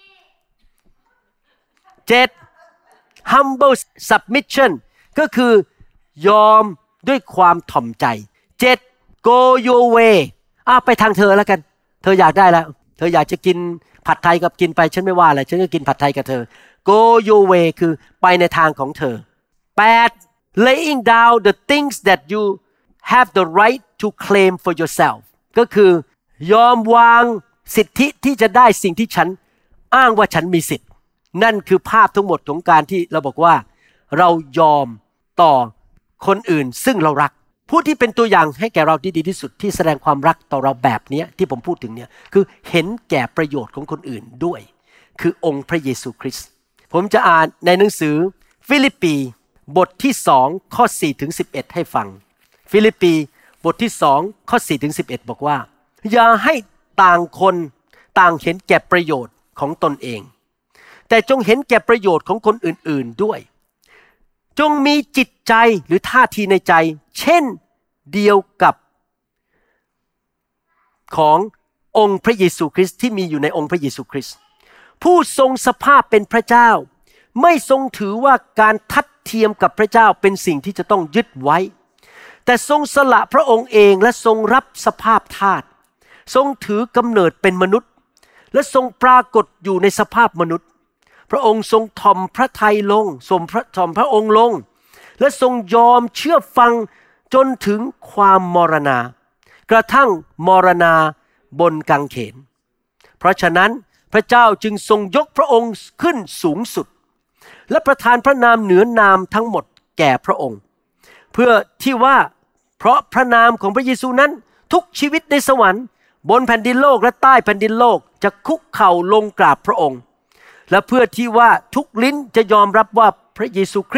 7. humble submission ก็คือยอมด้วยความถ่อมใจ 7. go your way ไปทางเธอแล้วกันเธออยากได้แล้วเธออยากจะกินผัดไทยกับกินไปฉันไม่ว่าอะไรฉันก็กินผัดไทยกับเธอ go your way คือไปในทางของเธอ 8. laying down the things that you have the right to claim for yourself ก็คือยอมวางสิทธิที่จะได้สิ่งที่ฉันอ้างว่าฉันมีสิทธิ์นั่นคือภาพทั้งหมดของการที่เราบอกว่าเรายอมต่อคนอื่นซึ่งเรารักผู้ที่เป็นตัวอย่างให้แก่เราที่ดีที่สุดที่แสดงความรักต่อเราแบบนี้ที่ผมพูดถึงเนี่ยคือเห็นแก่ประโยชน์ของคนอื่นด้วยคือองค์พระเยซูคริสต์ผมจะอ่านในหนังสือฟิลิปปีบทที่2ข้อ4ถึง11ให้ฟังฟิลิปปีบทที่2ข้อ4ถึง11บอกว่าอย่าให้ต่างคนต่างเห็นแก่ประโยชน์ของตนเองแต่จงเห็นแก่ประโยชน์ของคนอื่นๆด้วยจงมีจิตใจหรือท่าทีในใจเช่นเดียวกับขององค์พระเยซูคริสต์ที่มีอยู่ในองค์พระเยซูคริสต์ผู้ทรงสภาพเป็นพระเจ้าไม่ทรงถือว่าการทัดเทียมกับพระเจ้าเป็นสิ่งที่จะต้องยึดไว้แต่ทรงสละพระองค์เองและทรงรับสภาพทาสทรงถือกำเนิดเป็นมนุษย์และทรงปรากฏอยู่ในสภาพมนุษย์พระองค์ทรงถ่อมพระทัยลงถ่อมพระองค์ลงและทรงยอมเชื่อฟังจนถึงความมรณากระทั่งมรณาบนกางเขนเพราะฉะนั้นพระเจ้าจึงทรงยกพระองค์ขึ้นสูงสุดและประทานพระนามเหนือนามทั้งหมดแก่พระองค์เพื่อที่ว่าเพราะพระนามของพระเยซูนั้นทุกชีวิตในสวรรค์บนแผ่นดินโลกและใต้แผ่นดินโลกจะคุกเข่าลงกราบพระองค์และเพื่อที่ว่าทุกลิ้นจะยอมรับว่าพระเยซูคริสต์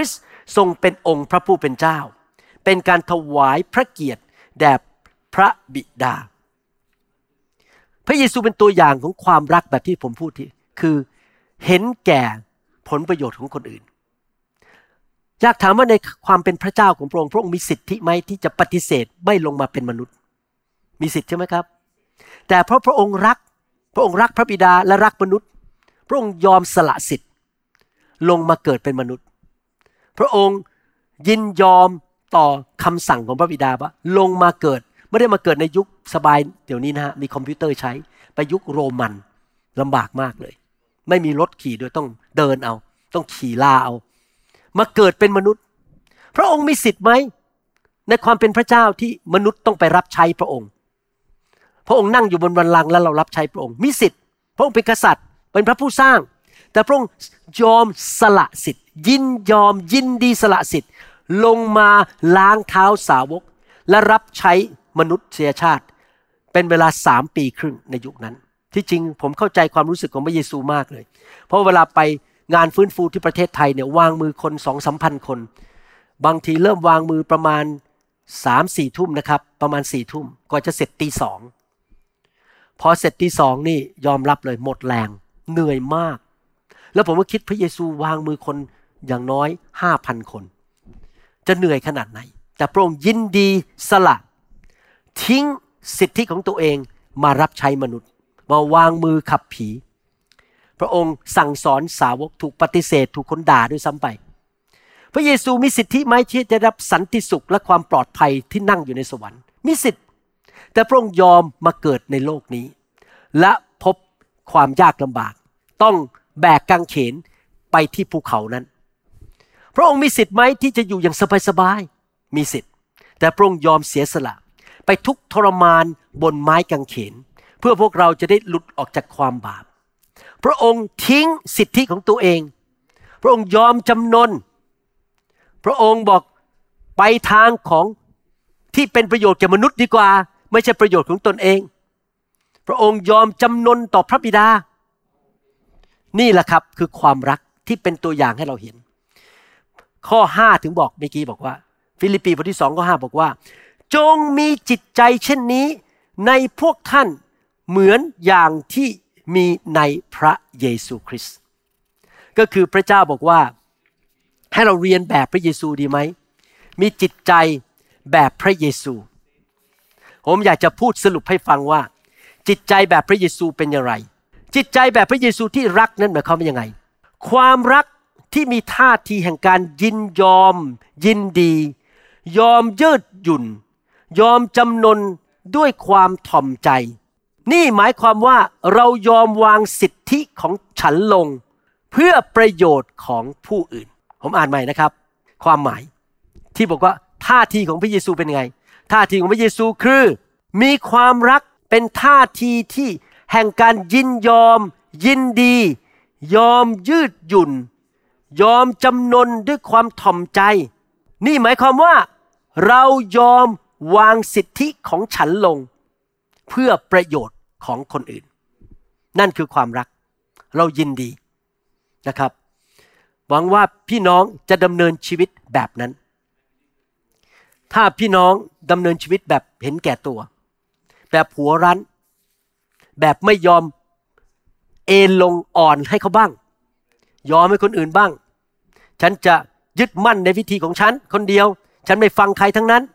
ทรงเป็นองค์พระผู้เป็นเจ้าเป็นการถวายพระเกียรติแด่พระบิดาพระเยซูเป็นตัวอย่างของความรักแบบที่ผมพูดที่คือเห็นแก่ผลประโยชน์ของคนอื่นอยากถามว่าในความเป็นพระเจ้าของพระองค์พระองค์มีสิทธิไหมที่จะปฏิเสธไม่ลงมาเป็นมนุษย์มีสิทธิใช่ไหมครับแต่เพราะพระองค์รักพระบิดาและรักมนุษย์พระองค์ยอมสละสิทธิ์ลงมาเกิดเป็นมนุษย์พระองค์ยินยอมต่อคำสั่งของพระบิดาว่าลงมาเกิดไม่ได้มาเกิดในยุคสบายเดี๋ยวนี้นะฮะมีคอมพิวเตอร์ใช้ไปยุคโรมันลำบากมากเลยไม่มีรถขี่ด้วยต้องเดินเอาต้องขี่ลาเอามาเกิดเป็นมนุษย์พระองค์มีสิทธิ์ไหมในความเป็นพระเจ้าที่มนุษย์ต้องไปรับใช้พระองค์พระองค์นั่งอยู่บนบัลลังก์แล้วเรารับใช้พระองค์มีสิทธิ์พระองค์เป็นกษัตริย์เป็นพระผู้สร้างแต่พระองค์ยอมสละสิทธิ์ยินดีสละสิทธิ์ลงมาล้างเท้าสาวกและรับใช้มนุษยชาติเป็นเวลา3 ปีครึ่งในยุคนั้นที่จริงผมเข้าใจความรู้สึกของพระเยซูมากเลยเพราะเวลาไปงานฟื้นฟูที่ประเทศไทยเนี่ยวางมือคน 2-3 พันคนบางทีเริ่มวางมือประมาณ 3-4 ทุ่มนะครับประมาณ4 ทุ่มกว่าจะเสร็จตี 2พอเสร็จตี 2นี่ยอมรับเลยหมดแรงเหนื่อยมากแล้วผมก็คิดพระเยซูวางมือคนอย่างน้อย 5,000 คนจะเหนื่อยขนาดไหนแต่พระองค์ยินดีสละทิ้งสิทธิของตัวเองมารับใช้มนุษย์มาวางมือขับผีพระองค์สั่งสอนสาวกถูกปฏิเสธถูกคนด่าด้วยซ้ำไปพระเยซูมีสิทธิไหมที่จะได้รับสันติสุขและความปลอดภัยที่นั่งอยู่ในสวรรค์มีสิทธิ์แต่พระองค์ยอมมาเกิดในโลกนี้และพบความยากลำบากต้องแบกกางเขนไปที่ภูเขานั้นพระองค์มีสิทธิ์ไหมที่จะอยู่อย่างสบายๆมีสิทธิ์แต่พระองค์ยอมเสียสละไปทุกข์ทรมานบนไม้กางเขนเพื่อพวกเราจะได้หลุดออกจากความบาปพระองค์ทิ้งสิทธิของตัวเองพระองค์ยอมจำนนพระองค์บอกไปทางของที่เป็นประโยชน์แก่มนุษย์ดีกว่าไม่ใช่ประโยชน์ของตนเองพระองค์ยอมจำนนต่อพระบิดานี่แหละครับคือความรักที่เป็นตัวอย่างให้เราเห็นข้อ5ถึงบอกเมื่อกี้บอกว่าฟิลิปปีบทที่2ข้อ5บอกว่าจงมีจิตใจเช่นนี้ในพวกท่านเหมือนอย่างที่มีในพระเยซูคริสต์ก็คือพระเจ้าบอกว่าให้เราเรียนแบบพระเยซูดีไหมมีจิตใจแบบพระเยซูผมอยากจะพูดสรุปให้ฟังว่าจิตใจแบบพระเยซูเป็นอย่างไรจิตใจแบบพระเยซูที่รักนั้นหมายความว่ายังไงความรักที่มีท่าทีแห่งการยินยอมยินดียอมยืดหยุ่นยอมจำนนด้วยความถ่อมใจนี่หมายความว่าเรายอมวางสิทธิของฉันลงเพื่อประโยชน์ของผู้อื่นผมอ่านใหม่นะครับความหมายที่บอกว่าท่าทีของพระเยซูเป็นยังไงท่าทีของพระเยซูคือมีความรักเป็นท่าทีที่แห่งการยินยอมยินดียอมยืดหยุ่นยอมจำนนด้วยความถ่อมใจนี่หมายความว่าเรายอมวางสิทธิของฉันลงเพื่อประโยชน์ของคนอื่นนั่นคือความรักเรายินดีนะครับหวังว่าพี่น้องจะดำเนินชีวิตแบบนั้นถ้าพี่น้องดำเนินชีวิตแบบเห็นแก่ตัวแบบหัวรั้นแบบไม่ยอมเอนลงอ่อนให้เขาบ้างยอมให้คนอื่นบ้างฉันจะยึดมั่นในวิธีของฉันคนเดียวฉันไม่ฟังใครทั้งนั้น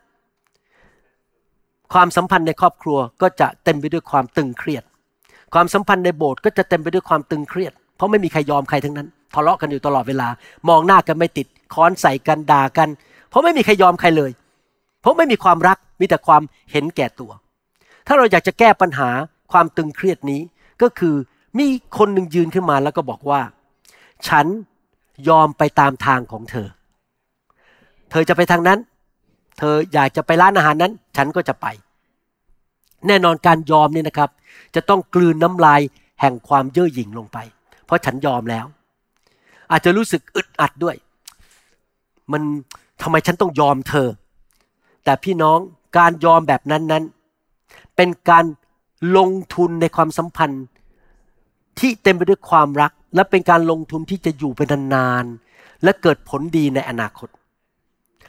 ความสัมพันธ์ในครอบครัวก็จะเต็มไปด้วยความตึงเครียดความสัมพันธ์ในโบสถ์ก็จะเต็มไปด้วยความตึงเครียดเพราะไม่มีใครยอมใครทั้งนั้นทะเลาะกันอยู่ตลอดเวลามองหน้ากันไม่ติดค้อนใส่กันด่ากันเพราะไม่มีใครยอมใครเลยเพราะไม่มีความรักมีแต่ความเห็นแก่ตัวถ้าเราอยากจะแก้ปัญหาความตึงเครียดนี้ก็คือมีคนหนึ่งยืนขึ้นมาแล้วก็บอกว่าฉันยอมไปตามทางของเธอเธอจะไปทางนั้นเธออยากจะไปร้านอาหารนั้นฉันก็จะไปแน่นอนการยอมนี่นะครับจะต้องกลืนน้ำลายแห่งความเย่อหยิ่งลงไปเพราะฉันยอมแล้วอาจจะรู้สึกอึดอัดด้วยมันทำไมฉันต้องยอมเธอแต่พี่น้องการยอมแบบนั้นเป็นการลงทุนในความสัมพันธ์ที่เต็มไปด้วยความรักและเป็นการลงทุนที่จะอยู่เป็นนานๆและเกิดผลดีในอนาคต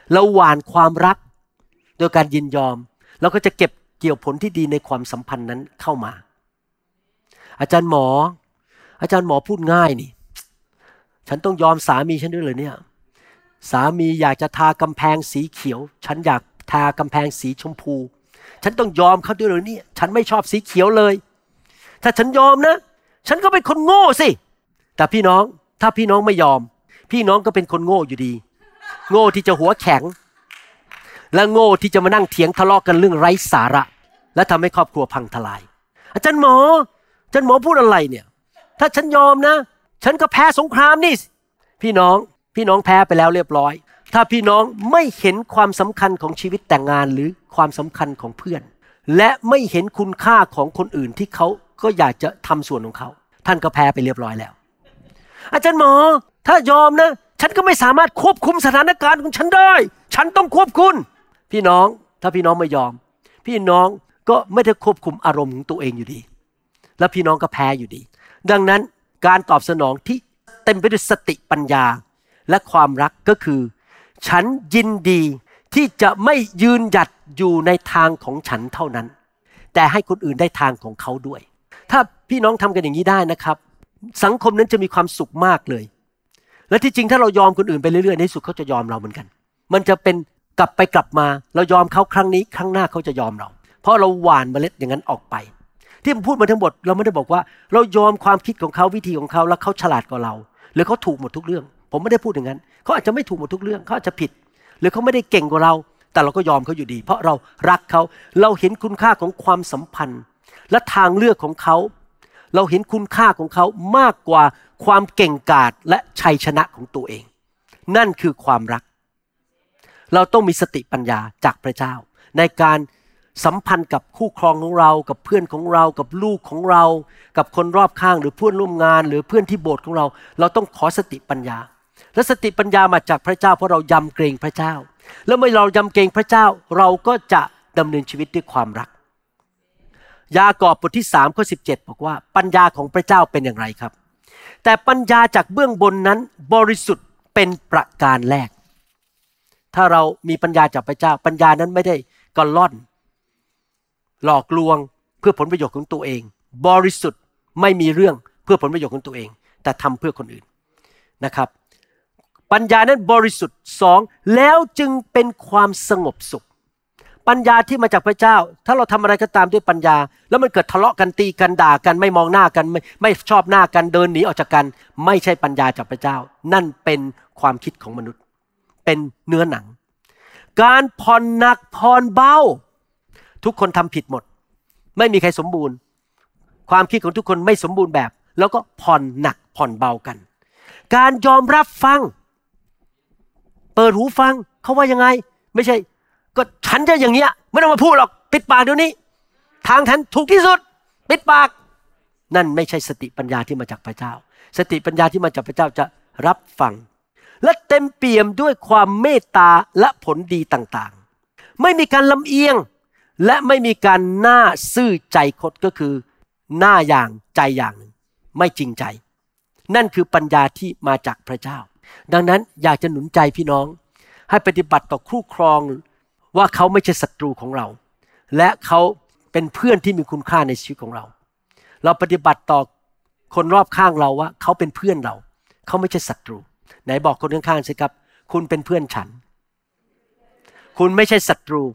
เราหว่านความรักโดยการยินยอมเราก็จะเก็บเกี่ยวผลที่ดีในความสัมพันธ์นั้นเข้ามาอาจารย์หมอพูดง่ายนี่ฉันต้องยอมสามีฉันด้วยเลยเนี่ยสามีอยากจะทากำแพงสีเขียวฉันอยากทากำแพงสีชมพูฉันต้องยอมเขาด้วยเลยเนี่ยฉันไม่ชอบสีเขียวเลยถ้าฉันยอมนะฉันก็เป็นคนโง่สิแต่พี่น้องถ้าพี่น้องไม่ยอมพี่น้องก็เป็นคนโง่อยู่ดีโง่ที่จะหัวแข็งและโง่ที่จะมานั่งเถียงทะเลาะกันเรื่องไร้สาระและทำให้ครอบครัวพังทลายอาจารย์หมอพูดอะไรเนี่ยถ้าฉันยอมนะฉันก็แพ้สงครามนี่พี่น้องแพ้ไปแล้วเรียบร้อยถ้าพี่น้องไม่เห็นความสำคัญของชีวิตแต่งงานหรือความสำคัญของเพื่อนและไม่เห็นคุณค่าของคนอื่นที่เขาก็อยากจะทำส่วนของเขาท่านก็แพ้ไปเรียบร้อยแล้วอาจารย์หมอถ้ายอมนะฉันก็ไม่สามารถควบคุมสถานการณ์ของฉันได้ฉันต้องควบคุมพี่น้องถ้าพี่น้องไม่ยอมพี่น้องก็ไม่ได้ควบคุมอารมณ์ของตัวเองอยู่ดีและพี่น้องก็แพ้อยู่ดีดังนั้นการตอบสนองที่เต็มไปด้วยสติปัญญาและความรักก็คือฉันยินดีที่จะไม่ยืนหยัดอยู่ในทางของฉันเท่านั้นแต่ให้คนอื่นได้ทางของเขาด้วยถ้าพี่น้องทำกันอย่างนี้ได้นะครับสังคมนั้นจะมีความสุขมากเลยและที่จริงถ้าเรายอมคนอื่นไปเรื่อยๆในที่สุดเขาจะยอมเราเหมือนกันมันจะเป็นกลับไปกลับมาเรายอมเขาครั้งนี้ครั้งหน้าเขาจะยอมเราเพราะเราหว่านเมล็ดอย่างนั้นออกไปที่ผมพูดมาทั้งหมดเราไม่ได้บอกว่าเรายอมความคิดของเขาวิธีของเขาแล้วเขาฉลาดกว่าเราหรือเขาถูกหมดทุกเรื่องผมไม่ได้พูดอย่างนั้นเขาอาจจะไม่ถูกหมดทุกเรื่องเขาอาจจะผิดหรือเขาไม่ได้เก่งกว่าเราแต่เราก็ยอมเขาอยู่ดีเพราะเรารักเขาเราเห็นคุณค่าของความสัมพันธ์และทางเลือกของเขาเราเห็นคุณค่าของเขามากกว่าความเก่งกาจและชัยชนะของตัวเองนั่นคือความรักเราต้องมีสติปัญญาจากพระเจ้าในการสัมพันธ์กับคู่ครองของเรากับเพื่อนของเรากับลูกของเรากับคนรอบข้างหรือเพื่อนร่วมงานหรือเพื่อนที่โบสถ์ของเราเราต้องขอสติปัญญาและสติปัญญามาจากพระเจ้าเพราะเรายำเกรงพระเจ้าแล้วเมื่อเรายำเกรงพระเจ้าเราก็จะดำเนินชีวิตด้วยความรักยากอบบทที่3ข้อ17บอกว่าปัญญาของพระเจ้าเป็นอย่างไรครับแต่ปัญญาจากเบื้องบนนั้นบริสุทธิ์เป็นประการแรกถ้าเรามีปัญญาจากพระเจ้าปัญญานั้นไม่ได้กล่อนหลอกลวงเพื่อผลประโยชน์ของตัวเองบริสุทธิ์ไม่มีเรื่องเพื่อผลประโยชน์ของตัวเองแต่ทำเพื่อคนอื่นนะครับปัญญานั้นบริสุทธิ์2แล้วจึงเป็นความสงบสุขปัญญาที่มาจากพระเจ้าถ้าเราทำอะไรก็ตามด้วยปัญญาแล้วมันเกิดทะเลาะกันตีกันด่ากันไม่มองหน้ากันไม่ชอบหน้ากันเดินหนีออกจากกันไม่ใช่ปัญญาจากพระเจ้านั่นเป็นความคิดของมนุษย์เป็นเนื้อหนังการผ่อนหนักผ่อนเบาทุกคนทำผิดหมดไม่มีใครสมบูรณ์ความคิดของทุกคนไม่สมบูรณ์แบบแล้วก็ผ่อนหนักผ่อนเบากันการยอมรับฟังเปิดหูฟังเขาว่ายังไงไม่ใช่ก็ฉันจะอย่างเงี้ยไม่ต้องมาพูดหรอกปิดปากเดี๋ยวนี้ทางฉันถูกที่สุดปิดปากนั่นไม่ใช่สติปัญญาที่มาจากพระเจ้าสติปัญญาที่มาจากพระเจ้าจะรับฟังและเต็มเปี่ยมด้วยความเมตตาและผลดีต่างๆไม่มีการลำเอียงและไม่มีการหน้าซื่อใจคดก็คือหน้าอย่างใจอย่างหนึ่งไม่จริงใจนั่นคือปัญญาที่มาจากพระเจ้าดังนั้นอยากจะหนุนใจพี่น้องให้ปฏิบัติต่อคู่ครองว่าเขาไม่ใช่ศัตรูของเราและเขาเป็นเพื่อนที่มีคุณค่าในชีวิตของเราเราปฏิบัติต่อคนรอบข้างเราว่าเขาเป็นเพื่อนเราเขาไม่ใช่ศัตรูไหนบอกคนข้างๆสิครับคุณเป็นเพื่อนฉันคุณไม่ใช่ศัตรู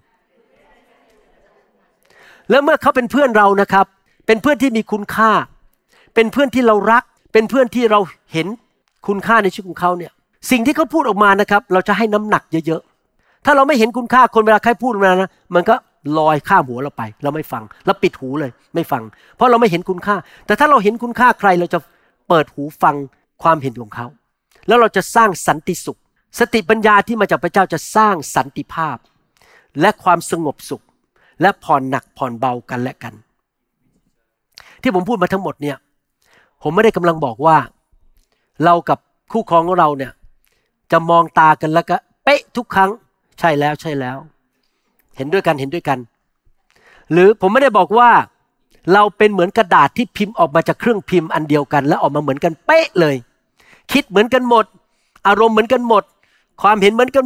แล้วเมื่อเขาเป็นเพื่อนเรานะครับเป็นเพื่อนที่มีคุณค่าเป็นเพื่อนที่เรารักเป็นเพื่อนที่เราเห็นคุณค่าในชีวิตของเขาเนี่ยสิ่งที่เขาพูดออกมานะครับเราจะให้น้ำหนักเยอะๆถ้าเราไม่เห็นคุณค่าคนเวลาใครพูดมานะมันก็ลอยข้ามหัวเราไปเราไม่ฟังเราปิดหูเลยไม่ฟังเพราะเราไม่เห็นคุณค่าแต่ถ้าเราเห็นคุณค่าใครเราจะเปิดหูฟังความเห็นของเขาแล้วเราจะสร้างสันติสุขสติปัญญาที่มาจากพระเจ้าจะสร้างสันติภาพและความสงบสุขและผ่อนหนักผ่อนเบากันและกันที่ผมพูดมาทั้งหมดเนี่ยผมไม่ได้กำลังบอกว่าเรากับคู่ครองของเราเนี่ยจะมองตากันแล้วก็เป๊ะทุกครั้งใช่แล้วใช่แล้วเห็นด้วยกันหรือผมไม่ได้บอกว่าเราเป็นเหมือนกระดาษที่พิมพ์ออกมาจากเครื่องพิมพ์อันเดียวกันแล้วออกมาเหมือนกันเป๊ะเลยคิดเหมือนกันหมดอารมณ์เหมือนกันหมดความเห็นเหมือนกันหมด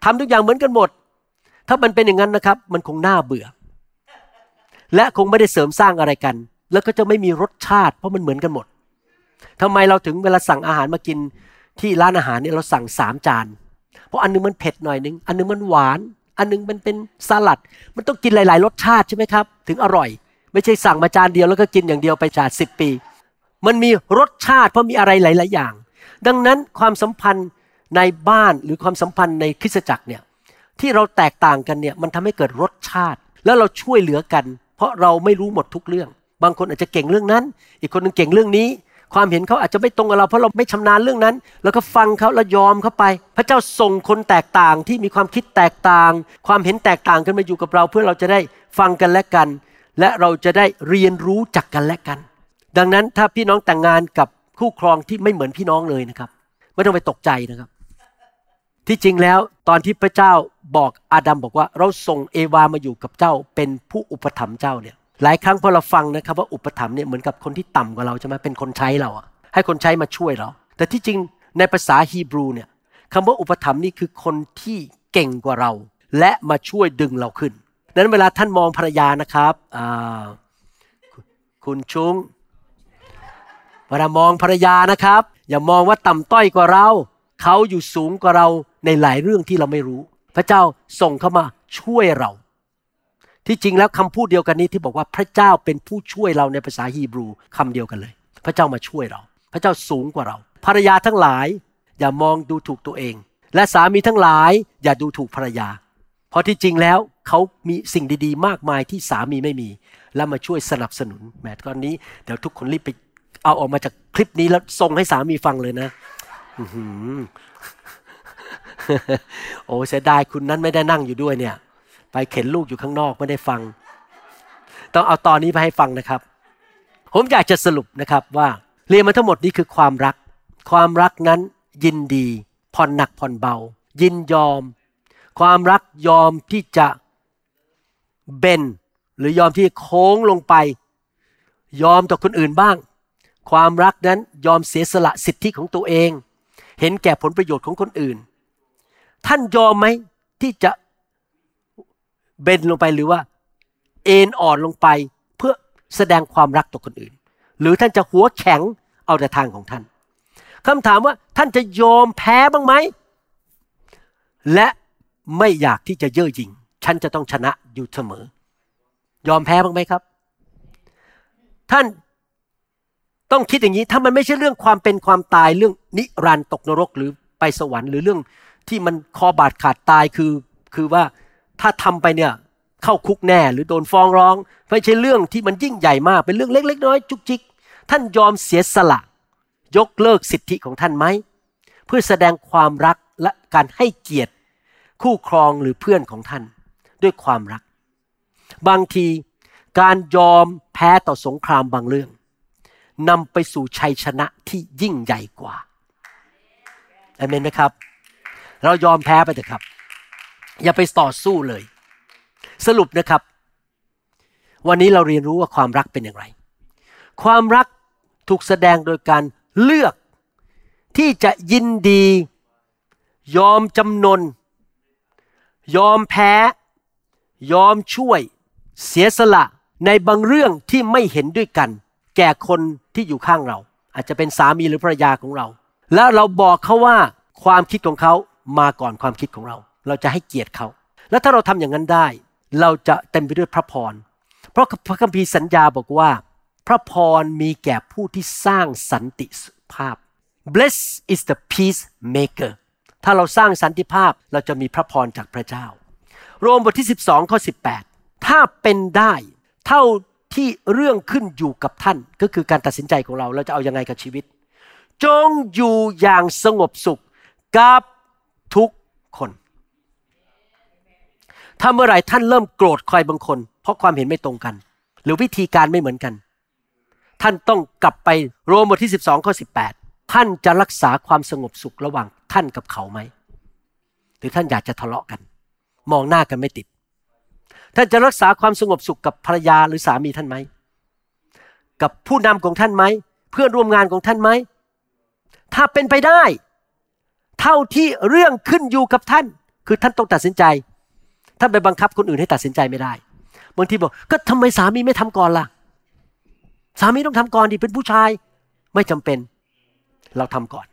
ทำทุกอย่างเหมือนกันหมดถ้ามันเป็นอย่างนั้นนะครับมันคงน่าเบื่อและคงไม่ได้เสริมสร้างอะไรกันแล้วก็จะไม่มีรสชาติเพราะมันเหมือนกันหมดทำไมเราถึงเวลาสั่งอาหารมากินที่ร้านอาหารเนี่ยเราสั่ง3 จานเพราะอันนึงมันเผ็ดหน่อยนึงอันนึงมันหวานอันนึงมันเป็นสลัดมันต้องกินหลายๆรสชาติใช่ไหมครับถึงอร่อยไม่ใช่สั่งมาจานเดียวแล้วก็กินอย่างเดียวไปจาน10 ปีมันมีรสชาติเพราะมีอะไรหลายๆอย่างดังนั้นความสัมพันธ์ในบ้านหรือความสัมพันธ์ในคริสตจักรเนี่ยที่เราแตกต่างกันเนี่ยมันทำให้เกิดรสชาติแล้วเราช่วยเหลือกันเพราะเราไม่รู้หมดทุกเรื่องบางคนอาจจะเก่งเรื่องนั้นอีกคนนึงเก่งเรื่องนี้ความเห็นเขาอาจจะไม่ตรงกับเราเพราะเราไม่ชำนาญเรื่องนั้นแล้วก็ฟังเขาแล้วยอมเขาไปพระเจ้าส่งคนแตกต่างที่มีความคิดแตกต่างความเห็นแตกต่างกันมาอยู่กับเราเพื่อเราจะได้ฟังกันและกันและเราจะได้เรียนรู้จากกันและกันดังนั้นถ้าพี่น้องแต่งงานกับคู่ครองที่ไม่เหมือนพี่น้องเลยนะครับไม่ต้องไปตกใจนะครับที่จริงแล้วตอนที่พระเจ้าบอกอาดัมบอกว่าเราส่งเอวามาอยู่กับเจ้าเป็นผู้อุปถัมภ์เจ้าเนี่ยหลายครั้งพอเราฟังนะครับว่าอุปถัมภ์เนี่ยเหมือนกับคนที่ต่ำกว่าเราใช่ไหมเป็นคนใช้เราอะให้คนใช้มาช่วยเราแต่ที่จริงในภาษาฮีบรูเนี่ยคำว่าอุปถัมภ์นี่คือคนที่เก่งกว่าเราและมาช่วยดึงเราขึ้นดังนั้นเวลาท่านมองภรรยานะครับคุณชุงเวลามองภรรยานะครับอย่ามองว่าต่ำต้อยกว่าเราเขาอยู่สูงกว่าเราในหลายเรื่องที่เราไม่รู้พระเจ้าส่งเขามาช่วยเราที่จริงแล้วคำพูดเดียวกันนี้ที่บอกว่าพระเจ้าเป็นผู้ช่วยเราในภาษาฮีบรูคำเดียวกันเลยพระเจ้ามาช่วยเราพระเจ้าสูงกว่าเราภรรยาทั้งหลายอย่ามองดูถูกตัวเองและสามีทั้งหลายอย่าดูถูกภรรยาเพราะที่จริงแล้วเขามีสิ่งดีๆมากมายที่สามีไม่มีและมาช่วยสนับสนุนแม้ตอนนี้เดี๋ยวทุกคนรีบไปเอาออกมาจากคลิปนี้แล้วส่งให้สามีฟังเลยนะโอ้เสียดายคุณนั้นไม่ได้นั่งอยู่ด้วยเนี่ยไปเข็นลูกอยู่ข้างนอกไม่ได้ฟังต้องเอาตอนนี้ไปให้ฟังนะครับผมอยากจะสรุปนะครับว่าเรียนมาทั้งหมดนี้คือความรักความรักนั้นยินดีผ่อนหนักผ่อนเบายินยอมความรักยอมที่จะเบนหรือยอมที่โค้งลงไปยอมต่อคนอื่นบ้างความรักนั้นยอมเสียสละสิทธิของตัวเองเห็นแก่ผลประโยชน์ของคนอื่นท่านยอมไหมที่จะเบนลงไปหรือว่าเอ็นอ่อนลงไปเพื่อแสดงความรักต่อคนอื่นหรือท่านจะหัวแข็งเอาแต่ทางของท่านคำถามว่าท่านจะยอมแพ้บ้างไหมและไม่อยากที่จะเย่อหยิ่งฉันจะต้องชนะอยู่เสมอยอมแพ้บ้างไหมครับท่านต้องคิดอย่างนี้ถ้ามันไม่ใช่เรื่องความเป็นความตายเรื่องนิรันดร์ตกนรกหรือไปสวรรค์หรือเรื่องที่มันคอบาดขาดตายคือว่าถ้าทำไปเนี่ยเข้าคุกแน่หรือโดนฟ้องร้องไม่ใช่เรื่องที่มันยิ่งใหญ่มากเป็นเรื่องเล็กๆน้อยๆจุกจิกท่านยอมเสียสละยกเลิกสิทธิของท่านไหมเพื่อแสดงความรักและการให้เกียรติคู่ครองหรือเพื่อนของท่านด้วยความรักบางทีการยอมแพ้ต่อสงครามบางเรื่องนำไปสู่ชัยชนะที่ยิ่งใหญ่กว่าอาเมนไหมครับเรายอมแพ้ไปเถอะครับอย่าไปต่อสู้เลยสรุปนะครับวันนี้เราเรียนรู้ว่าความรักเป็นอย่างไรความรักถูกแสดงโดยการเลือกที่จะยินดียอมจำนนยอมแพ้ยอมช่วยเสียสละในบางเรื่องที่ไม่เห็นด้วยกันแก่คนที่อยู่ข้างเราอาจจะเป็นสามีหรือภรรยาของเราแล้วเราบอกเขาว่าความคิดของเขามาก่อนความคิดของเราเราจะให้เกียรติเขาแล้วถ้าเราทำอย่างนั้นได้เราจะเต็มไปด้วยพระพรเพราะพระคัมภีร์สัญญาบอกว่าพระพรมีแก่ผู้ที่สร้างสันติภาพ Blessed is the peacemaker ถ้าเราสร้างสันติภาพเราจะมีพระพรจากพระเจ้าโรมบทที่12ข้อ18ถ้าเป็นได้เท่าที่เรื่องขึ้นอยู่กับท่านก็คือการตัดสินใจของเราจะเอายังไงกับชีวิตจงอยู่อย่างสงบสุขกับทุกคนถ้าเมื่อไหร่ท่านเริ่มโกรธใครบางคนเพราะความเห็นไม่ตรงกันหรือวิธีการไม่เหมือนกันท่านต้องกลับไปโรมบทที่12ข้อ18ท่านจะรักษาความสงบสุขระหว่างท่านกับเขาไหมหรือท่านอยากจะทะเลาะกันมองหน้ากันไม่ติดท่านจะรักษาความสงบสุขกับภรรยาหรือสามีท่านไหมกับผู้นำของท่านไหมเพื่อนร่วมงานของท่านไหมถ้าเป็นไปได้เท่าที่เรื่องขึ้นอยู่กับท่านคือท่านต้องตัดสินใจท่านไปบังคับคนอื่นให้ตัดสินใจไม่ได้บางทีบอกก็ทำไมสามีไม่ทำก่อนล่ะสามีต้องทำก่อนดิเป็นผู้ชายไม่จำเป็นเราทำก่อน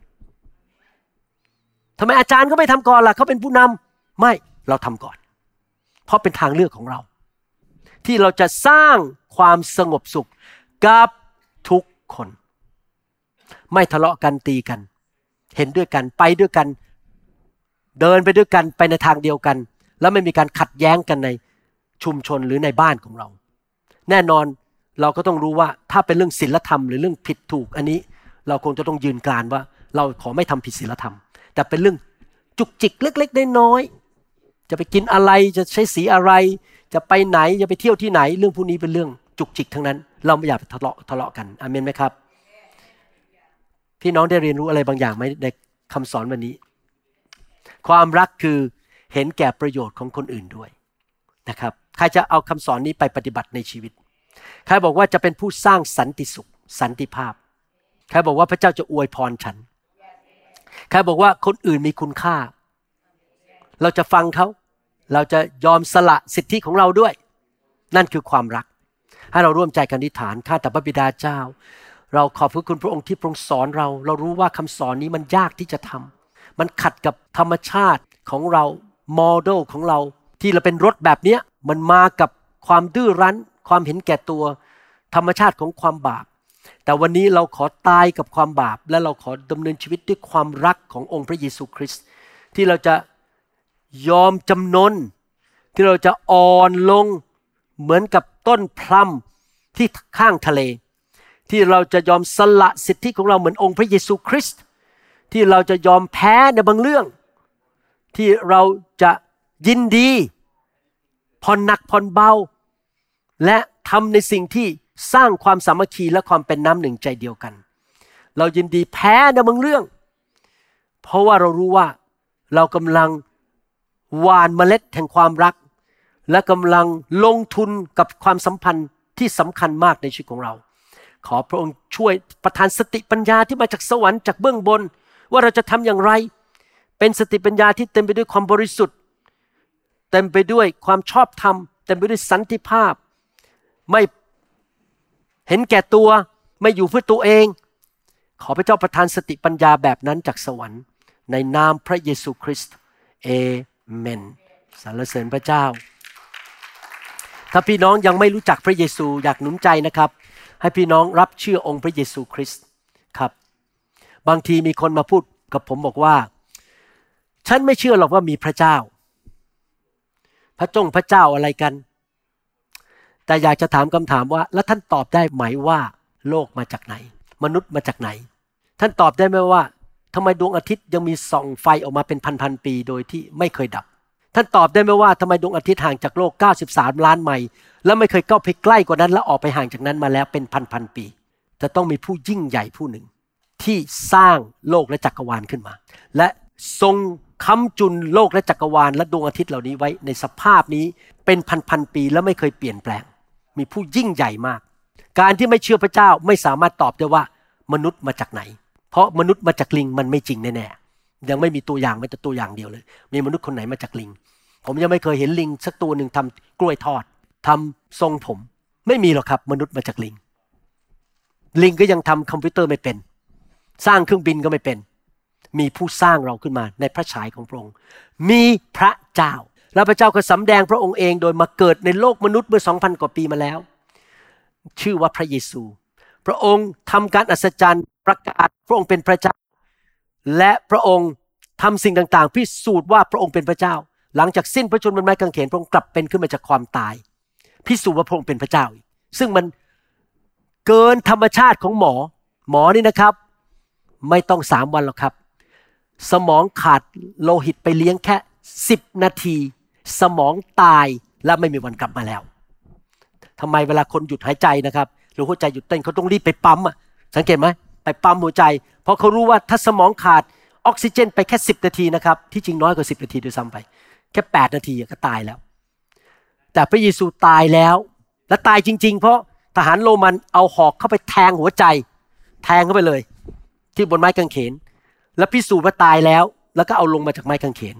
ทำไมอาจารย์ก็ไม่ทำก่อนล่ะเขาเป็นผู้นำไม่เราทำก่อนเพราะเป็นทางเลือกของเราที่เราจะสร้างความสงบสุขกับทุกคนไม่ทะเลาะกันตีกันเห็นด้วยกันไปด้วยกันเดินไปด้วยกันไปในทางเดียวกันแล้วไม่มีการขัดแย้งกันในชุมชนหรือในบ้านของเราแน่นอนเราก็ต้องรู้ว่าถ้าเป็นเรื่องศีลธรรมหรือเรื่องผิดถูกอันนี้เราคงจะต้องยืนกรานว่าเราขอไม่ทำผิดศีลธรรมแต่เป็นเรื่องจุกจิกเล็กๆน้อยๆจะไปกินอะไรจะใช้สีอะไรจะไปไหนจะไปเที่ยวที่ไหนเรื่องพวกนี้เป็นเรื่องจุกจิกทั้งนั้นเราไม่อยากทะเลาะกันอาเมนไหมครับพี่น้องได้เรียนรู้อะไรบางอย่างไหมในคำสอนวันนี้ความรักคือเห็นแก่ประโยชน์ของคนอื่นด้วยนะครับใครจะเอาคำสอนนี้ไปปฏิบัติในชีวิตใครบอกว่าจะเป็นผู้สร้างสันติสุขสันติภาพใครบอกว่าพระเจ้าจะอวยพรฉันใครบอกว่าคนอื่นมีคุณค่าเราจะฟังเขาเราจะยอมสละสิทธิของเราด้วยนั่นคือความรักให้เราร่วมใจกันอธิษฐานข้าแต่พระบิดาเจ้าเราขอบคุณพระองค์ที่ทรงสอนเรารู้ว่าคำสอนนี้มันยากที่จะทำมันขัดกับธรรมชาติของเราโมเดลของเราที่เราเป็นรถแบบนี้มันมากับความดื้อรั้นความเห็นแก่ตัวธรรมชาติของความบาปแต่วันนี้เราขอตายกับความบาปและเราขอดำเนินชีวิตด้วยความรักขององค์พระเยซูคริสต์ที่เราจะยอมจำนนที่เราจะอ่อนลงเหมือนกับต้นพลัมที่ข้างทะเลที่เราจะยอมสละสิทธิของเราเหมือนองค์พระเยซูคริสต์ที่เราจะยอมแพ้ในบางเรื่องที่เราจะยินดีผ่อนหนักผ่อนเบาและทำในสิ่งที่สร้างความสามัคคีและความเป็นน้ำหนึ่งใจเดียวกันเรายินดีแพ้ในบางเรื่องเพราะว่าเรารู้ว่าเรากำลังหว่านเมล็ดแห่งความรักและกำลังลงทุนกับความสัมพันธ์ที่สำคัญมากในชีวิตของเราขอพระองค์ช่วยประทานสติปัญญาที่มาจากสวรรค์จากเบื้องบนว่าเราจะทำอย่างไรเป็นสติปัญญาที่เต็มไปด้วยความบริสุทธิ์เต็มไปด้วยความชอบธรรมเต็มไปด้วยสันติภาพไม่เห็นแก่ตัวไม่อยู่เพื่อตัวเองขอพระเจ้าประทานสติปัญญาแบบนั้นจากสวรรค์ในนามพระเยซูคริสต์เอเมนสรรเสริญพระเจ้าถ้าพี่น้องยังไม่รู้จักพระเยซูอยากหนุนใจนะครับให้พี่น้องรับเชื่อองค์พระเยซูคริสต์ครับบางทีมีคนมาพูดกับผมบอกว่าฉันไม่เชื่อหรอกว่ามีพระเจ้าพระเจ้าอะไรกันแต่อยากจะถามคำถามว่าแล้วท่านตอบได้ไหมว่าโลกมาจากไหนมนุษย์มาจากไหนท่านตอบได้ไหมว่าทำไมดวงอาทิตย์ยังมีส่องไฟออกมาเป็นพันๆปีโดยที่ไม่เคยดับท่านตอบได้ไหมว่าทำไมดวงอาทิตย์ห่างจากโลก93ล้านไมล์แล้วไม่เคยเข้าไปใกล้กว่านั้นแล้วออกไปห่างจากนั้นมาแล้วเป็นพันๆปีจะต้องมีผู้ยิ่งใหญ่ผู้หนึ่งที่สร้างโลกและจักรวาลขึ้นมาและทรงค้ำจุนโลกและจักรวาลและดวงอาทิตย์เหล่านี้ไว้ในสภาพนี้เป็นพันๆปีแล้วไม่เคยเปลี่ยนแปลงมีผู้ยิ่งใหญ่มากการที่ไม่เชื่อพระเจ้าไม่สามารถตอบได้ว่ามนุษย์มาจากไหนเพราะมนุษย์มาจากลิงมันไม่จริงแน่ๆยังไม่มีตัวอย่างแม้แต่ตัวอย่างเดียวเลยมีมนุษย์คนไหนมาจากลิงผมยังไม่เคยเห็นลิงสักตัวหนึ่งทำกล้วยทอดทำทรงผมไม่มีหรอกครับมนุษย์มาจากลิงก็ยังทำคอมพิวเตอร์ไม่เป็นสร้างเครื่องบินก็ไม่เป็นมีผู้สร้างเราขึ้นมาในพระฉายของพระองค์มีพระเจ้าและพระเจ้าก็สำแดงพระองค์เองโดยมาเกิดในโลกมนุษย์เมื่อ 2,000 กว่าปีมาแล้วชื่อว่าพระเยซูพระองค์ทำการอัศจรรย์ประกาศพระองค์เป็นพระเจ้าและพระองค์ทำสิ่งต่างๆพิสูจน์ว่าพระองค์เป็นพระเจ้าหลังจากสิ้นพระชนม์บนไม้กางเขนพระองค์กลับเป็นขึ้นมาจากความตายพิสูจน์ว่าพระองค์เป็นพระเจ้าซึ่งมันเกินธรรมชาติของหมอนี่นะครับไม่ต้อง3 วันหรอกครับสมองขาดโลหิตไปเลี้ยงแค่10 นาทีสมองตายและไม่มีวันกลับมาแล้วทำไมเวลาคนหยุดหายใจนะครับหรือหัวใจหยุดเต้นเขาต้องรีบไปปั๊มสังเกตไหมไปปั๊มหัวใจเพราะเขารู้ว่าถ้าสมองขาดออกซิเจนไปแค่10 นาทีนะครับที่จริงน้อยกว่า10 นาทีด้วยซ้ำไปแค่8 นาทีก็ตายแล้วแต่พระเยซูตายแล้วและตายจริงๆเพราะทหารโรมันเอาหอกเข้าไปแทงหัวใจแทงเข้าไปเลยที่บนไม้กางเขนและพิสูจน์ว่าตายแล้วก็เอาลงมาจากไม้กางเขน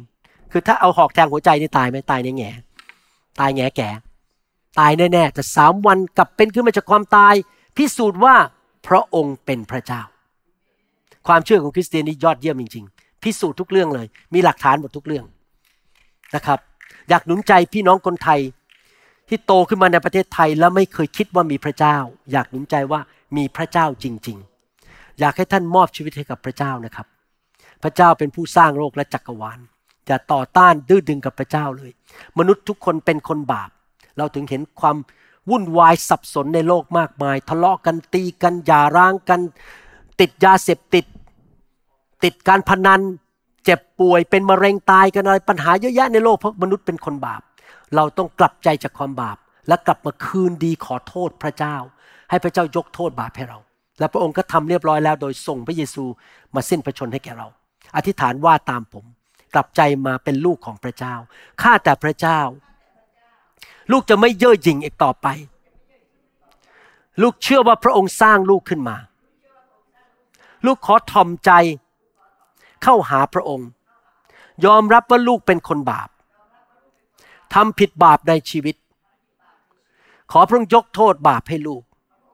คือถ้าเอาหอกแทงหัวใจนี่ตายไหมตายแง่ตายแง่แก่ตายแน่ๆแต่3 วันกลับเป็นขึ้นมาจากความตายพิสูจน์ว่าพระองค์เป็นพระเจ้าความเชื่อของคริสเตียนนี่ยอดเยี่ยมจริงๆพิสูจน์ทุกเรื่องเลยมีหลักฐานหมดทุกเรื่องนะครับอยากหนุนใจพี่น้องคนไทยที่โตขึ้นมาในประเทศไทยแล้วไม่เคยคิดว่ามีพระเจ้าอยากหนุนใจว่ามีพระเจ้าจริงๆอยากให้ท่านมอบชีวิตให้กับพระเจ้านะครับพระเจ้าเป็นผู้สร้างโลกและจักรวาลอย่าต่อต้านดื้อดึงกับพระเจ้าเลยมนุษย์ทุกคนเป็นคนบาปเราถึงเห็นความวุ่นวายสับสนในโลกมากมายทะเลาะกันตีกันหย่าร้างกันติดยาเสพติดติดการพนันเจ็บป่วยเป็นมะเร็งตายกันอะไรปัญหาเยอะแยะในโลกเพราะมนุษย์เป็นคนบาปเราต้องกลับใจจากความบาปและกลับมาคืนดีขอโทษพระเจ้าให้พระเจ้ายกโทษบาปให้เราและพระองค์ก็ทำเรียบร้อยแล้วโดยส่งพระเยซูมาสิ้นพระชนม์ให้แก่เราอธิษฐานว่าตามผมกลับใจมาเป็นลูกของพระเจ้าข้าแต่พระเจ้าลูกจะไม่เย่อหยิ่งอีกต่อไปลูกเชื่อว่าพระองค์สร้างลูกขึ้นมาลูกขอถ่อมใจเข้าหาพระองค์ยอมรับว่าลูกเป็นคนบาปทำผิดบาปในชีวิตขอพระองค์ยกโทษบาปให้ลูก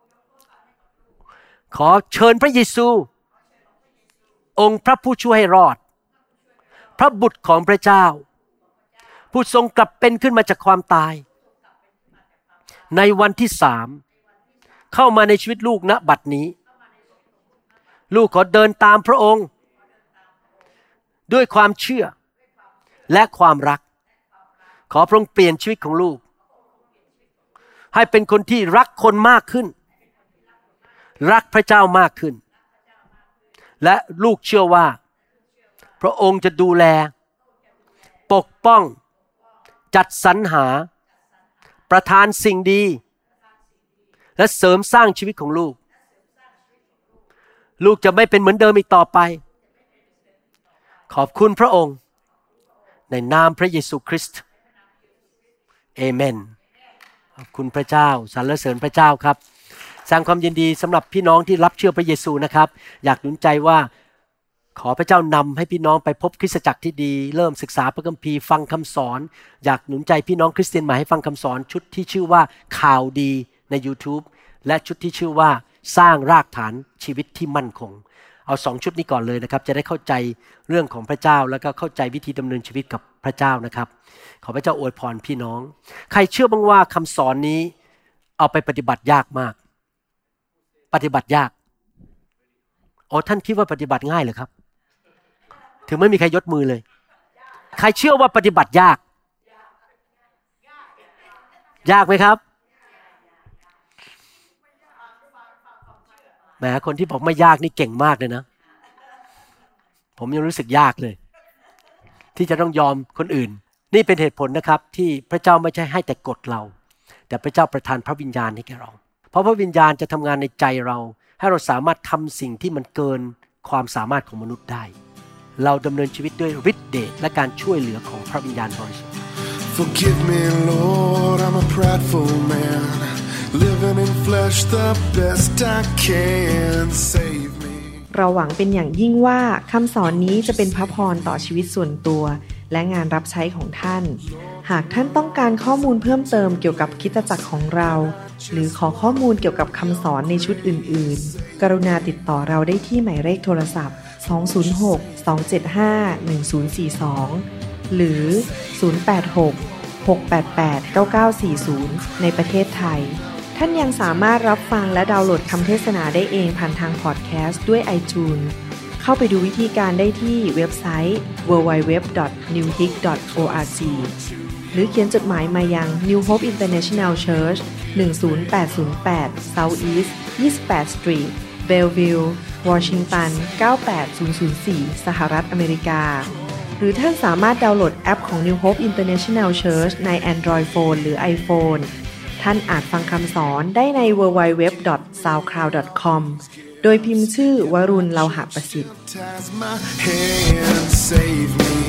ขอเชิญพระเยซูองค์พระผู้ช่วยให้รอดพระบุตรของพระเจ้าผู้ทรงกลับเป็นขึ้นมาจากความตายในวันที่3เข้ามาในชีวิตลูกณบัดนี้ลูกขอเดินตามพระองค์ด้วยความเชื่อและความรักขอพระองค์เปลี่ยนชีวิตของลูกให้เป็นคนที่รักคนมากขึ้นรักพระเจ้ามากขึ้นและลูกเชื่อว่าพระองค์จะดูแลปกป้องจัดสรรหาประทานสิ่งดีและเสริมสร้างชีวิตของลูกลูกจะไม่เป็นเหมือนเดิมอีกต่อไปขอบคุณพระองค์ในนามพระเยซูคริสต์เอเมนขอบคุณพระเจ้าสรรเสริญพระเจ้าครับแสดงความยินดีสำหรับพี่น้องที่รับเชื่อพระเยซูนะครับอยากหนุนใจว่าขอพระเจ้านำให้พี่น้องไปพบคริสตจักรที่ดีเริ่มศึกษาพระคัมภีร์ฟังคำสอนอยากหนุนใจพี่น้องคริสเตียนใหม่ให้ฟังคำสอนชุดที่ชื่อว่าข่าวดีใน YouTube และชุดที่ชื่อว่าสร้างรากฐานชีวิตที่มั่นคงเอา2ชุดนี้ก่อนเลยนะครับจะได้เข้าใจเรื่องของพระเจ้าแล้วก็เข้าใจวิธีดำเนินชีวิตกับพระเจ้านะครับขอพระเจ้าอวยพรพี่น้องใครเชื่อบ้างว่าคำสอนนี้เอาไปปฏิบัติยากมากปฏิบัติยากอ๋อท่านคิดว่าปฏิบัติง่ายเหรอครับถึงไม่มีใครยกมือเลยใครเชื่อว่าปฏิบัติยากยากไหมครับแหมคนที่บอกไม่ยากนี่เก่งมากเลยนะผมยังรู้สึกยากเลยที่จะต้องยอมคนอื่นนี่เป็นเหตุผลนะครับที่พระเจ้าไม่ใช่ให้แต่กฎเราแต่พระเจ้าประทานพระวิญญาณให้แก่เราเพราะพระวิญญาณจะทำงานในใจเราให้เราสามารถทำสิ่งที่มันเกินความสามารถของมนุษย์ได้เราดำเนินชีวิตด้วยฤทธิ์เดชและการช่วยเหลือของพระวิญญาณบริสุทธิ์ Forgive me, Lord, I'm a prideful man, living in flesh the best I can. Save me. เราหวังเป็นอย่างยิ่งว่าคำสอนนี้จะเป็นพระพรต่อชีวิตส่วนตัวและงานรับใช้ของท่านหากท่านต้องการข้อมูลเพิ่มเติมเกี่ยวกับคริสตจักรของเราหรือขอข้อมูลเกี่ยวกับคำสอนในชุดอื่นๆกรุณาติดต่อเราได้ที่หมายเลขโทรศัพท์206-275-1042หรือ086-688-9940ในประเทศไทยท่านยังสามารถรับฟังและดาวน์โหลดคำเทศนาได้เองผ่านทางพอดแคสต์ด้วย iTunes เข้าไปดูวิธีการได้ที่เว็บไซต์ www.newhope.org หรือเขียนจดหมายมายัง New Hope International Church 10808 South East 28 Street Bellevue Washington 98004 สหรัฐอเมริกาหรือท่านสามารถดาวน์โหลดแอปของ New Hope International Church ใน Android Phone หรือ iPhone ท่านอาจฟังคำสอนได้ใน www.soundcloud.com โดยพิมพ์ชื่อวรุณ เลาหะประสิทธิ์